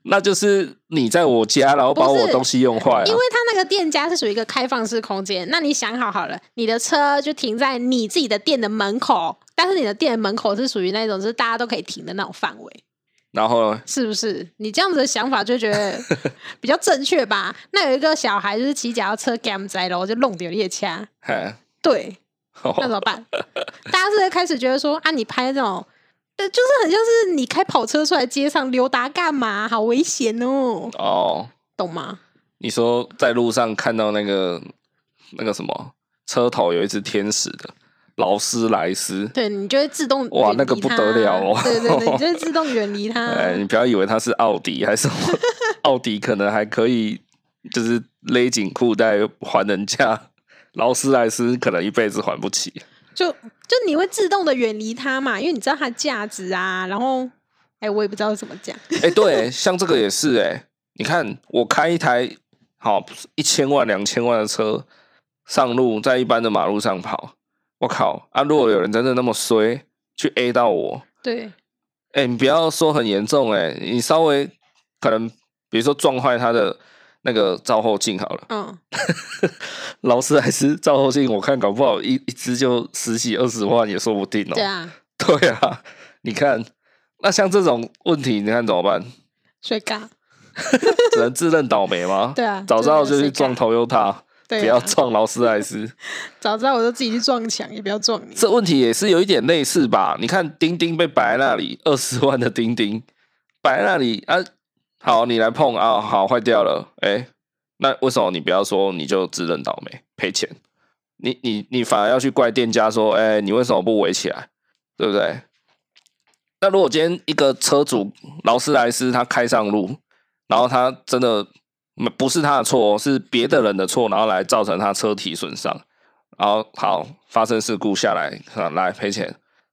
那就是你在我家，然后把我东西用坏了。 因为他那个店家是属于一个开放式空间，那你想好了，你的车就停在你自己的店的门口，但是你的店的门口是属于那种就是大家都可以停的那种范围。 然后呢？ 是不是你这样子的想法就觉得比较正确吧？那有一个小孩就是骑脚踏车 gam 在了，就弄掉腋掐。对，那怎么办？大家是会开始觉得说啊，你拍这种，就是很像是你开跑车出来街上溜达干嘛？好危险哦！哦，懂吗？ 你说在路上看到那个什么车头有一只天使的。劳斯莱斯， 对你就会自动哇，那个不得了哦！ 对对对，你就会自动远离它。 你不要以为它是奥迪还是什么，奥迪可能还可以，就是勒紧裤带还人家，劳斯莱斯可能一辈子还不起。 就你会自动的远离它嘛，因为你知道它价值啊。然后，我也不知道怎么讲。 对，像这个也是你看我开一台好1000万、2000万的车上路，在一般的马路上跑。我靠啊！如果有人真的那么衰去 A 到我， 对， 你不要说很严重你稍微可能比如说撞坏他的那个照后镜好了，劳斯莱斯照后镜我看搞不好一只就10几20万也说不定对啊， 对啊，你看那像这种问题，你看怎么办？ 睡尬， 只能自认倒霉吗？ 对啊， 早知道就去撞Toyota。 对啊， 不要撞劳斯莱斯。 早知道我就自己去撞墙，也不要撞你。 这问题也是有一点类似吧？你看钉钉被摆在那里，20万的钉钉摆在那里啊，好，你来碰啊，好，坏掉了，那为什么你不要说你就自认倒霉赔钱？你反而要去怪店家说，你为什么不围起来？对不对？那如果今天一个车主劳斯莱斯他开上路，然后他真的。不是他的错，是别的人的错，然后来造成他车体损伤，然后好发生事故下来，来赔钱，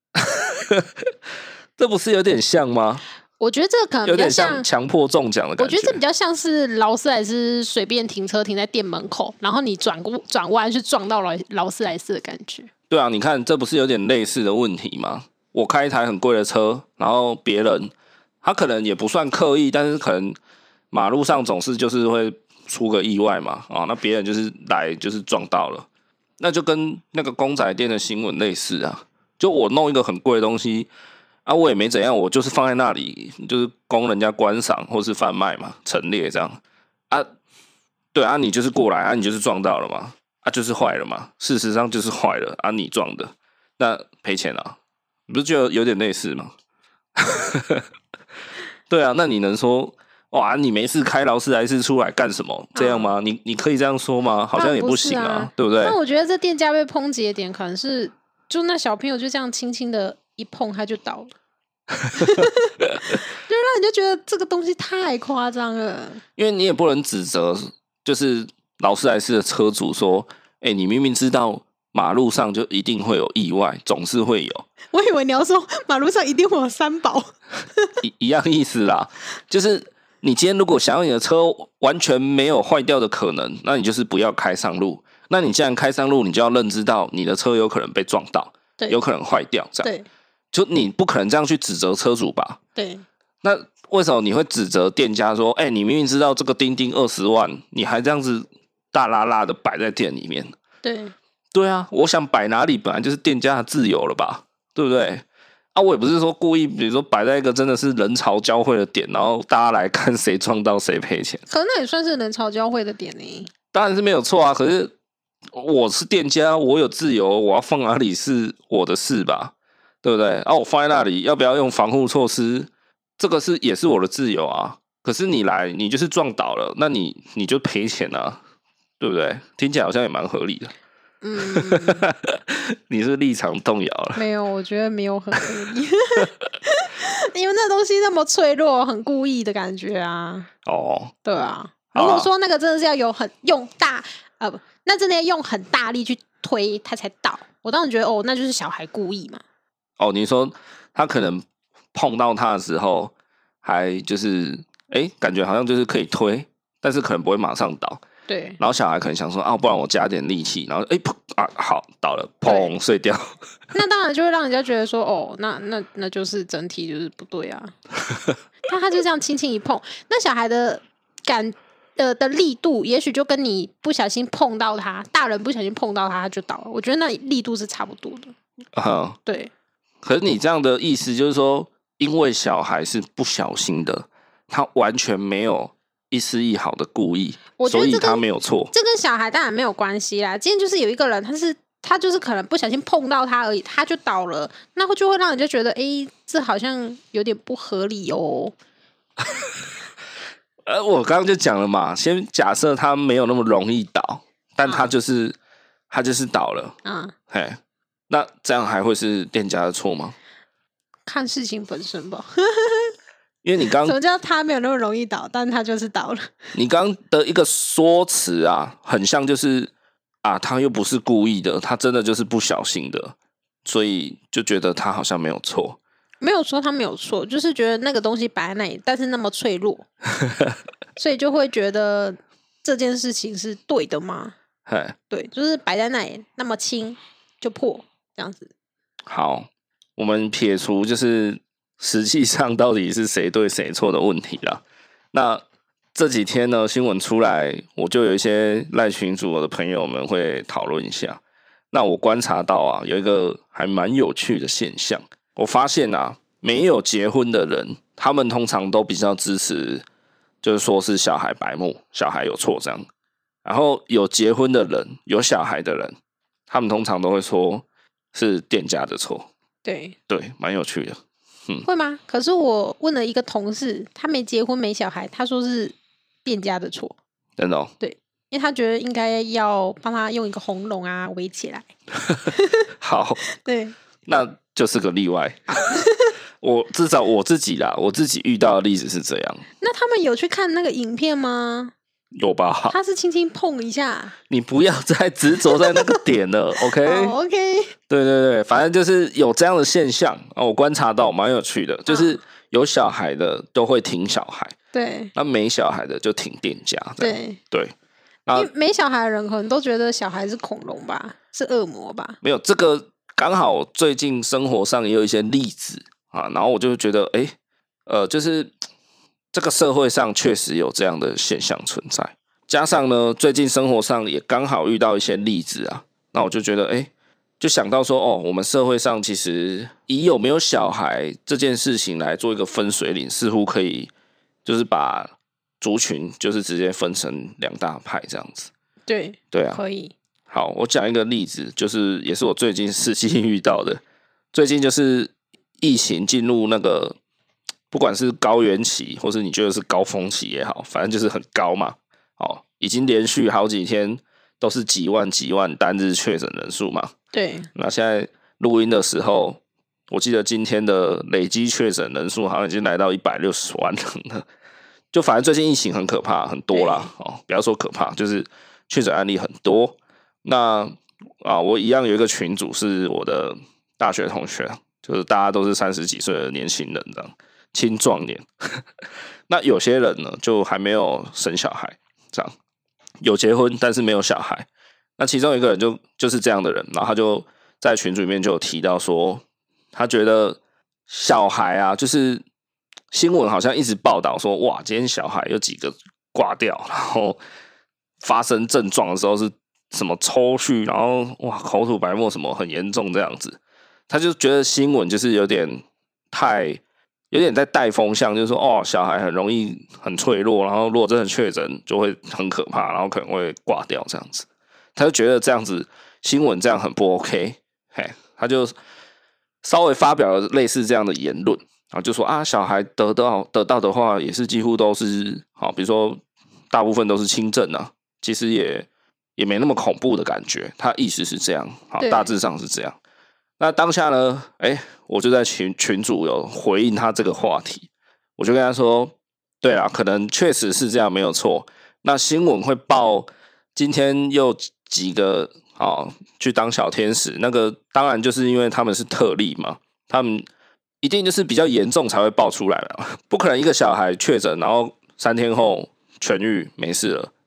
这不是有点像吗？ 我觉得这个可能有点像强迫中奖的感觉。 我觉得这比较像是劳斯莱斯随便停车停在店门口，然后你转弯去撞到劳斯莱斯的感觉。 对啊，你看这不是有点类似的问题吗？我开一台很贵的车，然后别人他可能也不算刻意，但是可能。马路上总是就是会出个意外嘛，那别人就是来就是撞到了，那就跟那个公仔店的新闻类似啊。就我弄一个很贵的东西啊，我也没怎样，我就是放在那里，就是供人家观赏或是贩卖嘛，陈列这样啊。对啊，你就是过来啊，你就是撞到了嘛，啊就是坏了嘛，事实上就是坏了啊，你撞的，那赔钱啊，你不是觉得有点类似吗？对啊，那你能说？哇！你没事开劳斯莱斯出来干什么？这样吗？你可以这样说吗？好像也不行啊，对不对？ 那我觉得这店家被抨击的点可能是，就那小朋友就这样轻轻的一碰他就倒了，就让你就觉得这个东西太夸张了。 因为你也不能指责，就是劳斯莱斯的车主说：“你明明知道马路上就一定会有意外，总是会有。” 我以为你要说马路上一定会有三宝， 一样意思啦，就是。你今天如果想要你的车完全没有坏掉的可能，那你就是不要开上路。那你既然开上路，你就要认知到你的车有可能被撞到，有可能坏掉，这样。就你不可能这样去指责车主吧？ 对。 那为什么你会指责店家说，你明明知道这个钉钉20万，你还这样子大拉拉的摆在店里面？对啊，我想摆哪里本来就是店家的自由了吧？对不对？我也不是说故意，比如说摆在一个真的是人潮交汇的点，然后大家来看谁撞到谁赔钱。 可那也算是人潮交汇的点呢。 当然是没有错啊，可是我是店家，我有自由，我要放哪里是我的事吧，对不对？我放在那里，要不要用防护措施？这个也是我的自由啊。可是你来，你就是撞倒了，那你就赔钱啊，对不对？听起来好像也蛮合理的。你是立场动摇了？ 没有，我觉得没有很合理，因为那东西那么脆弱，很故意的感觉啊。对啊。如果说那个真的是要用大那真的要用很大力去推它才倒，我当然觉得那就是小孩故意嘛。 你说他可能碰到他的时候，还就是感觉好像就是可以推，但是可能不会马上倒。 对， 然后小孩可能想说啊，不然我加点力气，然后砰啊，好倒了，砰碎掉。 那当然就会让人家觉得说，哦，那就是整体就是不对啊。他就这样轻轻一碰，那小孩的的力度，也许就跟你不小心碰到他，大人不小心碰到他就倒了。我觉得那力度是差不多的。对。 可是你这样的意思就是说，因为小孩是不小心的，他完全没有一丝一毫的故意，所以他没有错。 这跟小孩当然没有关系啦。今天就是有一个人，他就是可能不小心碰到他而已，他就倒了，那就会让人家觉得，这好像有点不合理哦。 我刚刚就讲了嘛，先假设他没有那么容易倒，但他就是倒了。嘿，那这样还会是店家的错吗？ 看事情本身吧。 因为你刚什么叫他没有那么容易倒，但他就是倒了？ 你刚的一个说辞啊，很像就是啊，他又不是故意的，他真的就是不小心的，所以就觉得他好像没有错。 没有说他没有错，就是觉得那个东西摆在那里，但是那么脆弱，所以就会觉得这件事情是对的吗？对，就是摆在那里那么轻就破这样子。 好，我们撇除就是实际上到底是谁对谁错的问题啦。那这几天呢，新闻出来，我就有一些赖群组的朋友们会讨论一下。那我观察到啊，有一个还蛮有趣的现象。我发现啊，没有结婚的人，他们通常都比较支持，就是说是小孩白目，小孩有错这样。然后有结婚的人，有小孩的人，他们通常都会说是店家的错。 对， 蛮有趣的。 会吗？可是我问了一个同事，他没结婚没小孩，他说是店家的错。 真的？ 对，因为他觉得应该要帮他用一个红龙啊围起来。 好， 对， 那就是个例外。至少我自己啦，我自己遇到的例子是这样。 那他们有去看那个影片吗？ 有吧？ 他是轻轻碰一下。 你不要再执着在那个点了。 OK。 对，反正就是有这样的现象啊，我观察到蛮有趣的，就是有小孩的都会挺小孩， 对， 那没小孩的就挺店家。对， 因为没小孩的人可能都觉得小孩是恐龙吧，是恶魔吧？ 没有，这个刚好最近生活上也有一些例子啊，然后我就觉得，就是这个社会上确实有这样的现象存在，加上呢，最近生活上也刚好遇到一些例子啊，那我就觉得，就想到说，我们社会上其实以有没有小孩这件事情来做一个分水岭，似乎可以就是把族群就是直接分成两大派这样子。对啊， 可以。 好，我讲一个例子，就是也是我最近实际遇到的。最近就是疫情进入那个，不管是高原期，或是你觉得是高峰期也好，反正就是很高嘛。已经连续好几天都是几万单日确诊人数嘛。 对。 那现在录音的时候，我记得今天的累积确诊人数好像已经来到160万人了。就反正最近疫情很可怕，很多啦。不要说可怕，就是确诊案例很多。那我一样有一个群组是我的大学同学，就是大家都是30几岁的年轻人这样，青壮年。那有些人呢，就还没有生小孩，这样有结婚但是没有小孩。那其中一个人就是这样的人，然后他就在群组里面就有提到说，他觉得小孩啊，就是新闻好像一直报道说，哇，今天小孩有几个挂掉，然后发生症状的时候是什么抽搐，然后哇口吐白沫什么很严重这样子。他就觉得新闻就是有点在带风向，就是说小孩很容易很脆弱，然后如果真的确诊就会很可怕，然后可能会挂掉这样子。他就觉得这样子新闻这样很不 OK， 他就稍微发表了类似这样的言论，然后就说小孩得到的话也是几乎都是比如说大部分都是轻症啊，其实也没那么恐怖的感觉。他意思是这样，大致上是这样。那当下呢，我就在群组有回应他这个话题，我就跟他说，对啦，可能确实是这样没有错。那新闻会报今天又几个去当小天使，那个当然就是因为他们是特例嘛，他们一定就是比较严重才会爆出来了，不可能一个小孩确诊，然后3天后痊愈没事了，然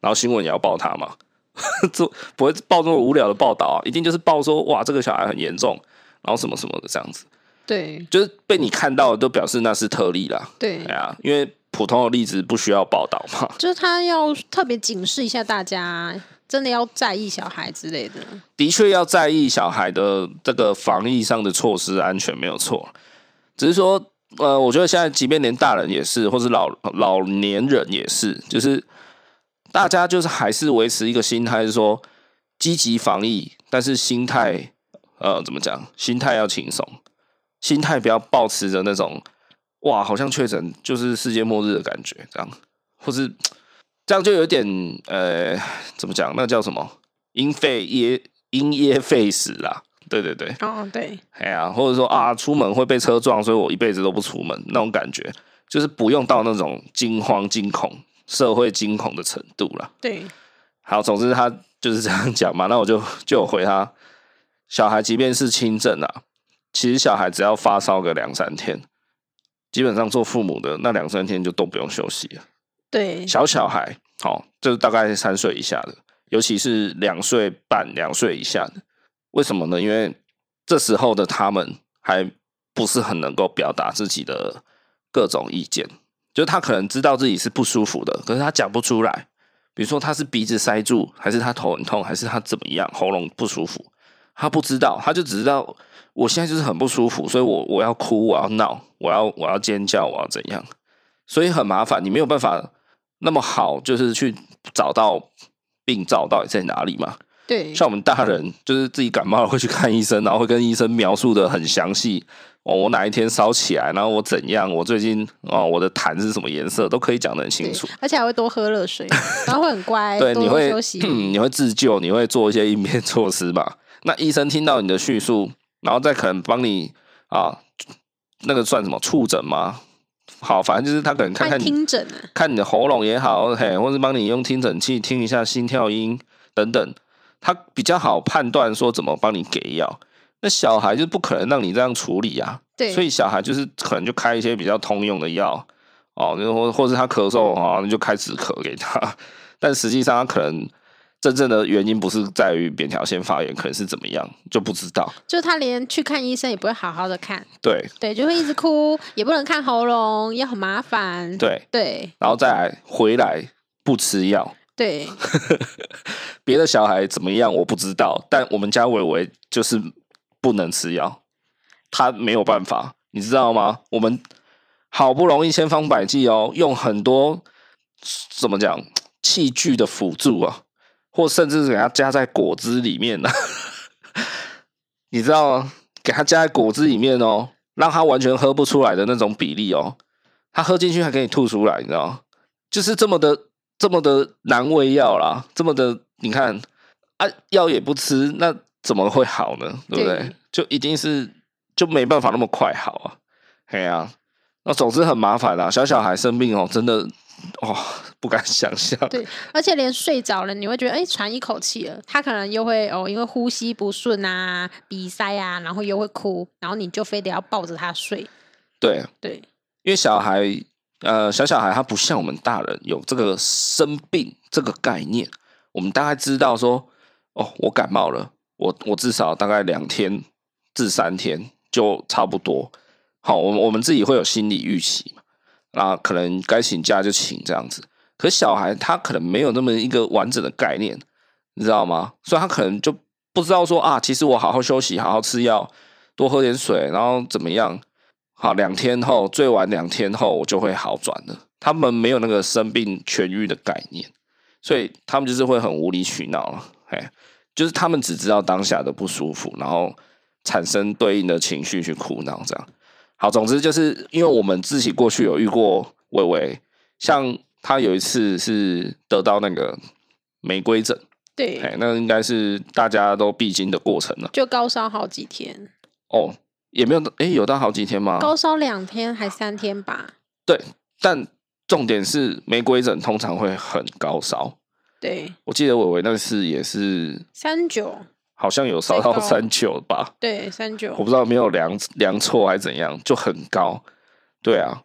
然后新闻也要报他嘛，不会报这么无聊的报道啊，一定就是报说哇这个小孩很严重，然后什么什么的这样子。 对， 就是被你看到的都表示那是特例啦。 对啊，因为普通的例子不需要报道嘛。 就是他要特别警示一下大家，真的要在意小孩之类的。 的确要在意小孩的这个防疫上的措施安全没有错，只是说我觉得现在即便连大人也是，或是老年人也是，就是大家就是还是维持一个心态，是说积极防疫，但是心态怎么讲？心态要轻松。心态不要抱持着那种哇，好像确诊就是世界末日的感觉，这样，或是这样就有点怎么讲？那叫什么？因噎废食啦，对对对， 哦对， 哎呀，或者说啊，出门会被车撞，所以我一辈子都不出门，那种感觉，就是不用到那种惊慌惊恐、社会惊恐的程度啦。 对， 好，总之他就是这样讲嘛，那我就有回他，小孩即便是轻症啊。其实小孩只要发烧个2-3天，基本上做父母的那2-3天就都不用休息了。 对， 小孩，就是大概3岁以下的，尤其是2岁半、2岁以下的，为什么呢？因为这时候的他们还不是很能够表达自己的各种意见，就是他可能知道自己是不舒服的，可是他讲不出来。比如说他是鼻子塞住，还是他头很痛，还是他怎么样，喉咙不舒服，他不知道，他就只知道。我现在就是很不舒服，所以我要哭，我要闹，我要尖叫，我要怎样？所以很麻烦，你没有办法那么好，就是去找到病灶到底在哪里嘛。 对， 像我们大人就是自己感冒了会去看医生，然后会跟医生描述的很详细。我哪一天烧起来，然后我怎样？我最近我的痰是什么颜色，都可以讲得很清楚。 而且还会多喝热水，然后会很乖， 对， 多休息。 你会自救，你会做一些应变措施嘛？那医生听到你的叙述。然后再可能帮你那个算什么触诊吗？好，反正就是他可能看听诊看你的喉咙也好，嘿，或是帮你用听诊器听一下心跳音等等，他比较好判断说怎么帮你给药。那小孩就不可能让你这样处理啊， 对， 所以小孩就是可能就开一些比较通用的药或是他咳嗽你就开止咳给他，但实际上他可能。真正的原因不是在于扁桃腺发炎，可能是怎么样就不知道。 就他连去看医生也不会好好的看， 对， 就会一直哭，也不能看喉咙，也很麻烦。对， 然后再来回来不吃药。 对， 别的小孩怎么样我不知道，但我们家伟伟就是不能吃药，他没有办法，你知道吗？我们好不容易千方百计用很多怎么讲器具的辅助啊。或甚至是给他加在果汁里面呢，你知道吗？给他加在果汁里面让他完全喝不出来的那种比例他喝进去还可以吐出来，你知道吗？就是这么的难喂药啦，这么的，你看药也不吃，那怎么会好呢？对不对？就一定是就没办法那么快好啊，嘿啊，那总之很麻烦啦，小孩生病真的不敢想象。 对，而且连睡着了，你会觉得喘一口气了，他可能又会因为呼吸不顺啊、鼻塞啊，然后又会哭，然后你就非得要抱着他睡。 对，因为小孩小孩他不像我们大人有这个生病这个概念，我们大概知道说我感冒了，我至少大概2天至3天就差不多。好，我们自己会有心理预期嘛。那可能该请假就请这样子，可是小孩他可能没有那么一个完整的概念，你知道吗？所以他可能就不知道说其实我好好休息，好好吃药，多喝点水，然后怎么样？好，2天后，最晚2天后我就会好转了。他们没有那个生病痊愈的概念，所以他们就是会很无理取闹了。就是他们只知道当下的不舒服，然后产生对应的情绪去哭闹这样。好，总之就是因为我们自己过去有遇过伟伟，像他有一次是得到那个玫瑰疹， 对， 那应该是大家都必经的过程了， 就高烧好几天。 也没有有到好几天吗？ 高烧2天还3天吧。 对，但重点是玫瑰疹通常会很高烧。 对， 我记得伟伟那次也是 39。 好像有烧到39吧？ 对，39。 我不知道没有量错还是怎样，就很高。对啊，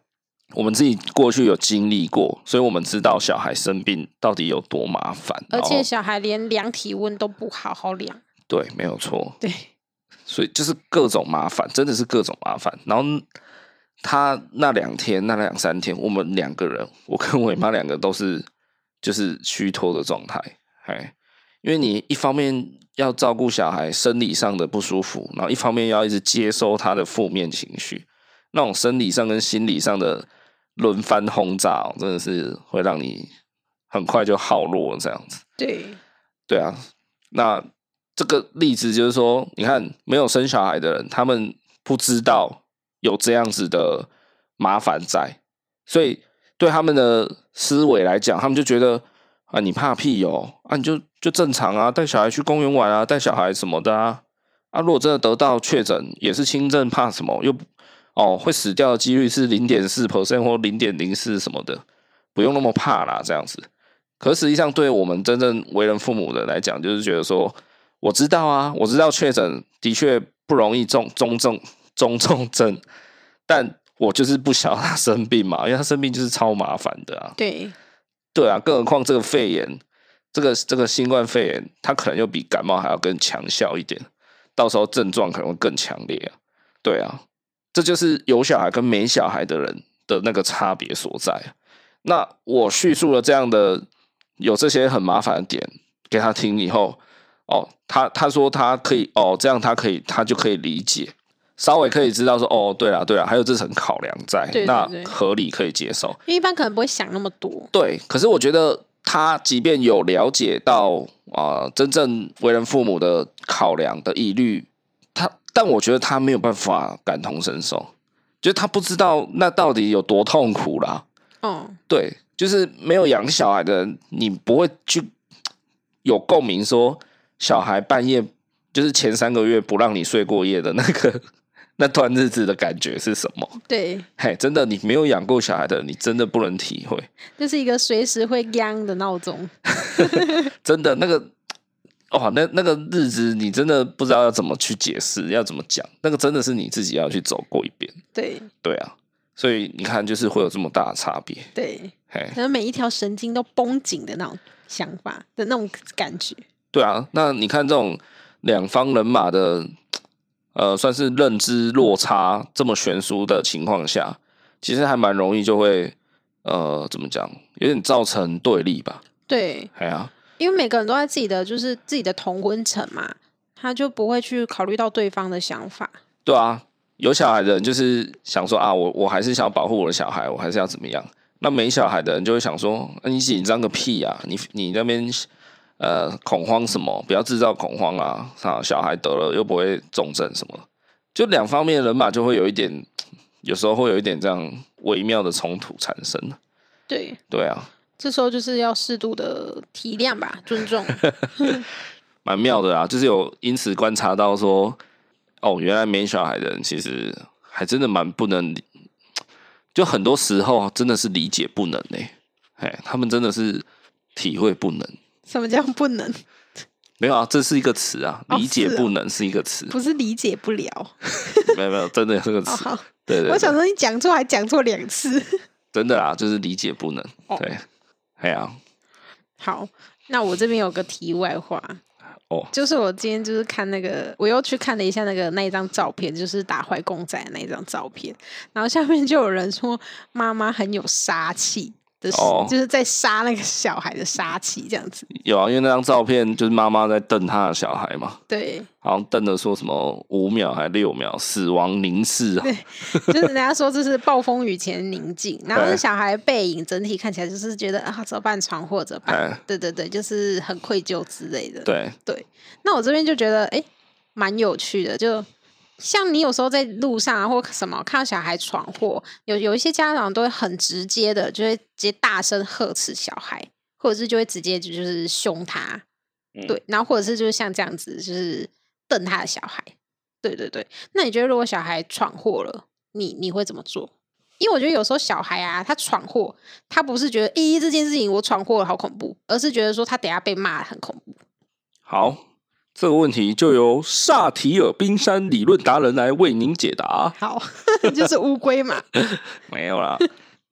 我们自己过去有经历过，所以我们知道小孩生病到底有多麻烦， 而且小孩连量体温都不好好量。 对，没有错。 对， 所以就是各种麻烦，真的是各种麻烦。然后他那2天、那2、3天，我们2个人，我跟我妈2个都是就是虚脱的状态，因为你一方面要照顾小孩生理上的不舒服，然后一方面要一直接收他的负面情绪，那种生理上跟心理上的轮番轰炸，真的是会让你很快就耗弱这样子。对啊，那这个例子就是说，你看没有生小孩的人，他们不知道有这样子的麻烦在，所以对他们的思维来讲，他们就觉得啊，你怕屁哦，啊，你就正常啊，带小孩去公园玩啊，带小孩什么的啊，如果真的得到确诊，也是轻症，怕什么？又会死掉的几率是 0.4% 或 0.04 什么的，不用那么怕啦，这样子。可是实际上，对我们真正为人父母的来讲，就是觉得说，我知道啊，我知道确诊的确不容易中重症，但我就是不想他生病嘛，因为他生病就是超麻烦的啊。对啊，更何况这个肺炎，这个新冠肺炎，它可能又比感冒还要更强效一点，到时候症状可能会更强烈啊。对啊，这就是有小孩跟没小孩的人的那个差别所在。那我叙述了这样的有这些很麻烦的点给他听以后，他说他可以这样他就可以理解，稍微可以知道说对啦，还有这层考量在， 对， 那合理可以接受。 因为一般可能不会想那么多。 对，可是我觉得他即便有了解到真正为人父母的考量的疑虑，但我觉得他没有办法感同身受，就是他不知道那到底有多痛苦啦。对，就是没有养小孩的人，你不会去有共鸣说小孩半夜就是前3个月不让你睡过夜的那段日子的感觉是什么？ 对， 真的，你没有养过小孩的，你真的不能体会。 就是一个随时会央的闹钟。 真的，那个日子，你真的不知道要怎么去解释，要怎么讲，那个真的是你自己要去走过一遍。对啊，所以你看，就是会有这么大的差别。 对，可能每一条神经都绷紧的那种想法的那种感觉。 对啊，那你看这种2方人马的算是认知落差这么悬殊的情况下，其实还蛮容易就会怎么讲，有点造成对立吧。 对，因为每个人都在自己的同温层嘛，他就不会去考虑到对方的想法。 对啊，有小孩的人就是想说我还是想要保护我的小孩，我还是要怎么样。那没小孩的人就会想说，你紧张个屁啊！你那边恐慌什么？不要制造恐慌啊！小孩得了又不会重症什么，就2方面人马就会有时候会有一点这样微妙的冲突产生。对啊， 这时候就是要适度的体谅吧，尊重。 蛮妙的啊，就是有因此观察到说，原来没小孩的人其实还真的蛮不能，就很多时候真的是理解不能他们真的是体会不能。 什么叫不能？ 没有啊，这是一个词啊，理解不能是一个词， 不是理解不了。 没有，真的有这个词。对， 我想说你讲错还讲错2次。 真的啦，就是理解不能。对， 好，那我这边有个题外话。就是我今天就是看我又去看了一下那一张照片，就是打坏公仔的那一张照片，然后下面就有人说妈妈很有杀气。就是在杀那个小孩的杀气这样子。 有啊，因为那张照片就是妈妈在瞪他的小孩嘛。 对， 好像瞪的说什么5秒还6秒，死亡凝视啊。 对，就是人家说这是暴风雨前宁静，然后小孩背影整体看起来就是觉得怎么办，闯祸怎么办？对，就是很愧疚之类的。对，那我这边就觉得蛮有趣的，就。像你有时候在路上或什么看到小孩闯祸，有一些家长都会很直接的，就会直接大声呵斥小孩，或者是就会直接就是凶他，对，然后或者是就是像这样子，就是瞪他的小孩，对。那你觉得如果小孩闯祸了，你会怎么做？因为我觉得有时候小孩啊，他闯祸，他不是觉得这件事情我闯祸了好恐怖，而是觉得说他等下被骂很恐怖。 好。这个问题就由萨提尔冰山理论达人来为您解答。 好，就是乌龟嘛。 没有啦，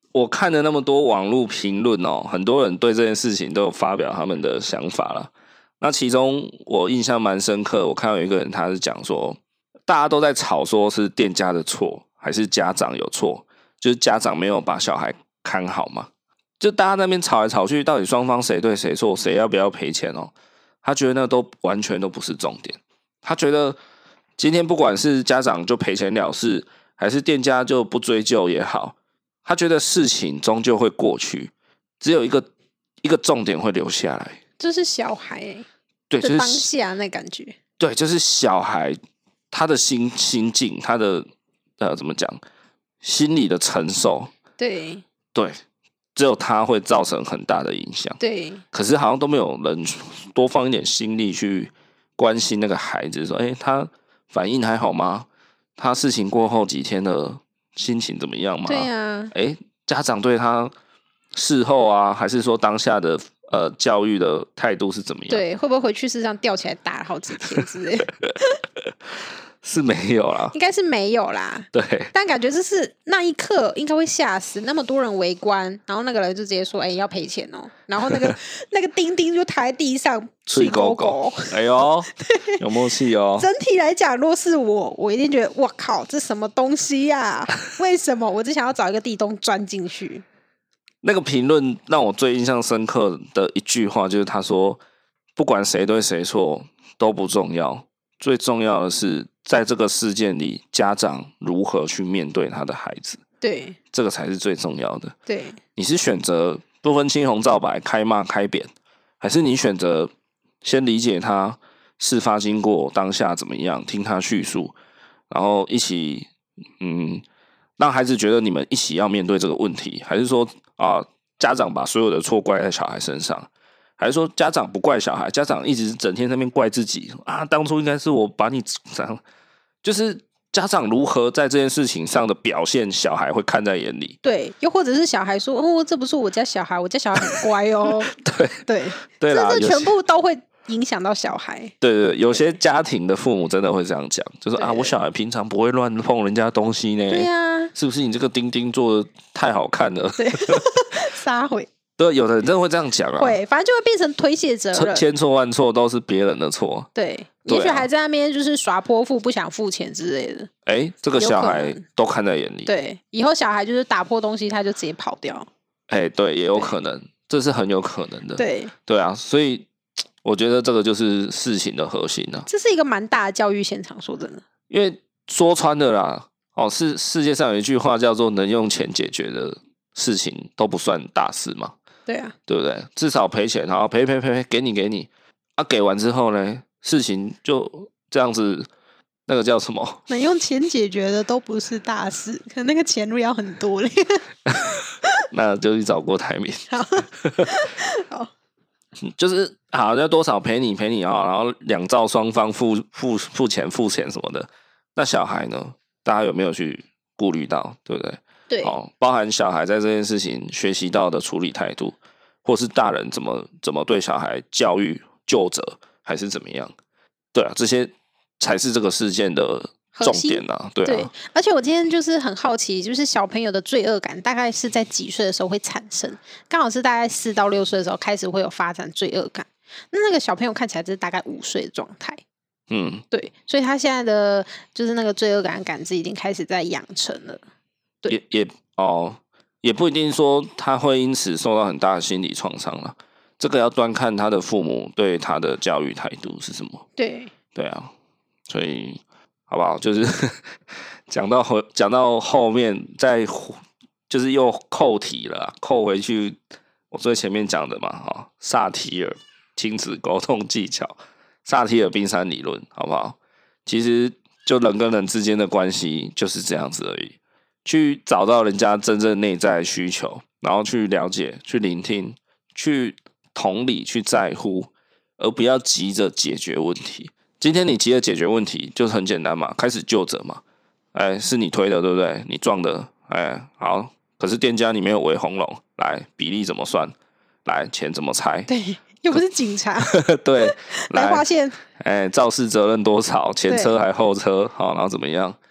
我看了那么多网络评论哦，很多人对这件事情都有发表他们的想法啦。那其中我印象蛮深刻，我看到有一个人他是讲说，大家都在吵说是店家的错还是家长有错，就是家长没有把小孩看好嘛。就大家那边吵来吵去，到底双方谁对谁错，谁要不要赔钱哦？他觉得那都完全都不是重点。他觉得今天不管是家长就赔钱了事，还是店家就不追究也好，他觉得事情终究会过去，只有一个重点会留下来， 就是小孩对，就是当下那感觉， 对，就是小孩他的心境，他的怎么讲，心理的承受， 对， 只有他会造成很大的影响。 对， 可是好像都没有人多放一点心力去关心那个孩子，说，他反应还好吗？他事情过后几天的心情怎么样吗？ 对啊， 家长对他事后啊，还是说当下的教育的态度是怎么样？ 对，会不会回去身上吊起来打好几天之类的？ 是没有啦， 应该是没有啦。 对， 但感觉就是那一刻应该会吓死，那么多人围观，然后那个人就直接说：“要赔钱哦。”然后那个钉钉就躺在地上， 吹狗狗。哎呦，有默契哦。 整体来讲，若是我一定觉得，哇靠，这什么东西呀？为什么我只想要找一个地洞钻进去？ 那个评论让我最印象深刻的一句话就是他说：“不管谁对谁错都不重要，最重要的是在这个事件里，家长如何去面对他的孩子。 对， 这个才是最重要的。 对， 你是选择不分青红皂白开骂开扁，还是你选择先理解他事发经过当下怎么样，听他叙述，然后一起让孩子觉得你们一起要面对这个问题，还是说家长把所有的错怪在小孩身上，还是说家长不怪小孩，家长一直整天在那边怪自己啊，当初应该是我把你这样，就是家长如何在这件事情上的表现，小孩会看在眼里。 对，又或者是小孩说：“哦，这不是我家小孩，我家小孩很乖哦。”对啦， 这全部都会影响到小孩。 对，有些家庭的父母真的会这样讲，就是我小孩平常不会乱碰人家东西呢。 对呀， 是不是你这个钉钉做的太好看了？ 对，撒谎。 对，有的人真的会这样讲啊。 会，反正就会变成推卸责任， 千错万错都是别人的错。 对，也许还在那边就是耍泼妇，不想付钱之类的。 这个小孩都看在眼里。 对，以后小孩就是打破东西，他就直接跑掉。 对，也有可能，这是很有可能的。 对啊，所以我觉得这个就是事情的核心啊。 这是一个蛮大的教育现场，说真的。 因为说穿的啦，世界上有一句话叫做"能用钱解决的事情都不算大事"嘛。 对啊， 对不对？至少赔钱，好赔，给你给完之后呢，事情就这样子，那个叫什么？ 能用钱解决的都不是大事，可那个钱如果要很多嘞， 那就去找郭台铭。 好， 就是好要多少赔你啊，然后两造双方付钱什么的。那小孩呢？大家有没有去顾虑到？对不对？ 对， 包含小孩在这件事情学习到的处理态度，或是大人怎么对小孩教育究责，还是怎么样？对啊，这些才是这个事件的重点啊。对， 而且我今天就是很好奇，就是小朋友的罪恶感大概是在几岁的时候会产生？刚好是大概4到6岁的时候开始会有发展罪恶感。那个小朋友看起来就是大概5岁的状态。对，所以他现在的就是那个罪恶感知已经开始在养成了。对， 也不一定说他会因此受到很大的心理创伤了。这个要端看他的父母对他的教育态度是什么。对啊，所以好不好？就是讲到后面，再就是又扣题了，扣回去我最前面讲的嘛，萨提尔亲子沟通技巧，萨提尔冰山理论，好不好？其实就人跟人之间的关系就是这样子而已。去找到人家真正内在的需求，然后去了解、去聆听、去同理、去在乎，而不要急着解决问题。今天你急着解决问题，就是很简单嘛，开始究责嘛。是你推的，对不对？你撞的，好。可是店家你没有围红龙，来比例怎么算？来钱怎么拆？ 对，又不是警察。 对， 来发现， 肇事责任多少？前车还后车？好，然后怎么样？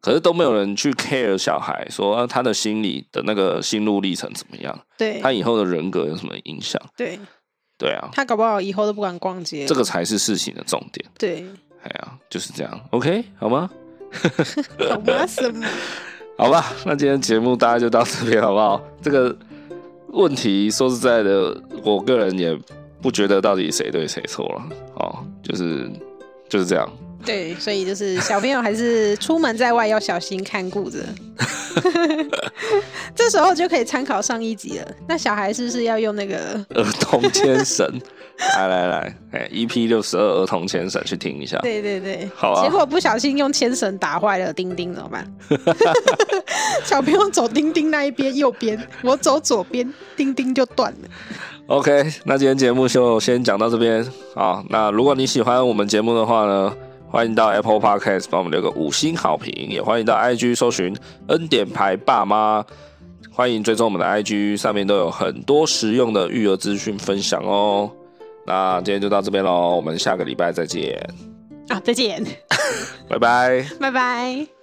可是都没有人去 care 小孩说他的心理的那个心路历程怎么样， 对， 他以后的人格有什么影响，对啊， 他搞不好以后都不敢逛街， 这个才是事情的重点。 对， 哎呀，就是这样 ，OK 好吗？ 好吗？什么？ 好吧，那今天节目大概就到这边好不好？这个问题说实在的，我个人也不觉得到底谁对谁错了，哦，就是这样。 对，所以就是小朋友还是出门在外要小心看顾着。这时候就可以参考上一集了。那小孩是不是要用那个儿童牵绳？来，EP62儿童牵绳去听一下。 对， 好啊。 结果不小心用牵绳打坏了丁丁怎么办？小朋友走丁丁那一边右边，我走左边，丁丁就断了。 OK， 那今天节目就先讲到这边。好，那如果你喜欢我们节目的话呢，欢迎到 Apple Podcast 帮我们留个5星好评，也欢迎到 IG 搜寻恩典牌爸妈，欢迎追踪我们的 IG， 上面都有很多实用的育儿资讯分享哦。那今天就到这边咯，我们下个礼拜再见。 再见。 拜拜。 拜拜。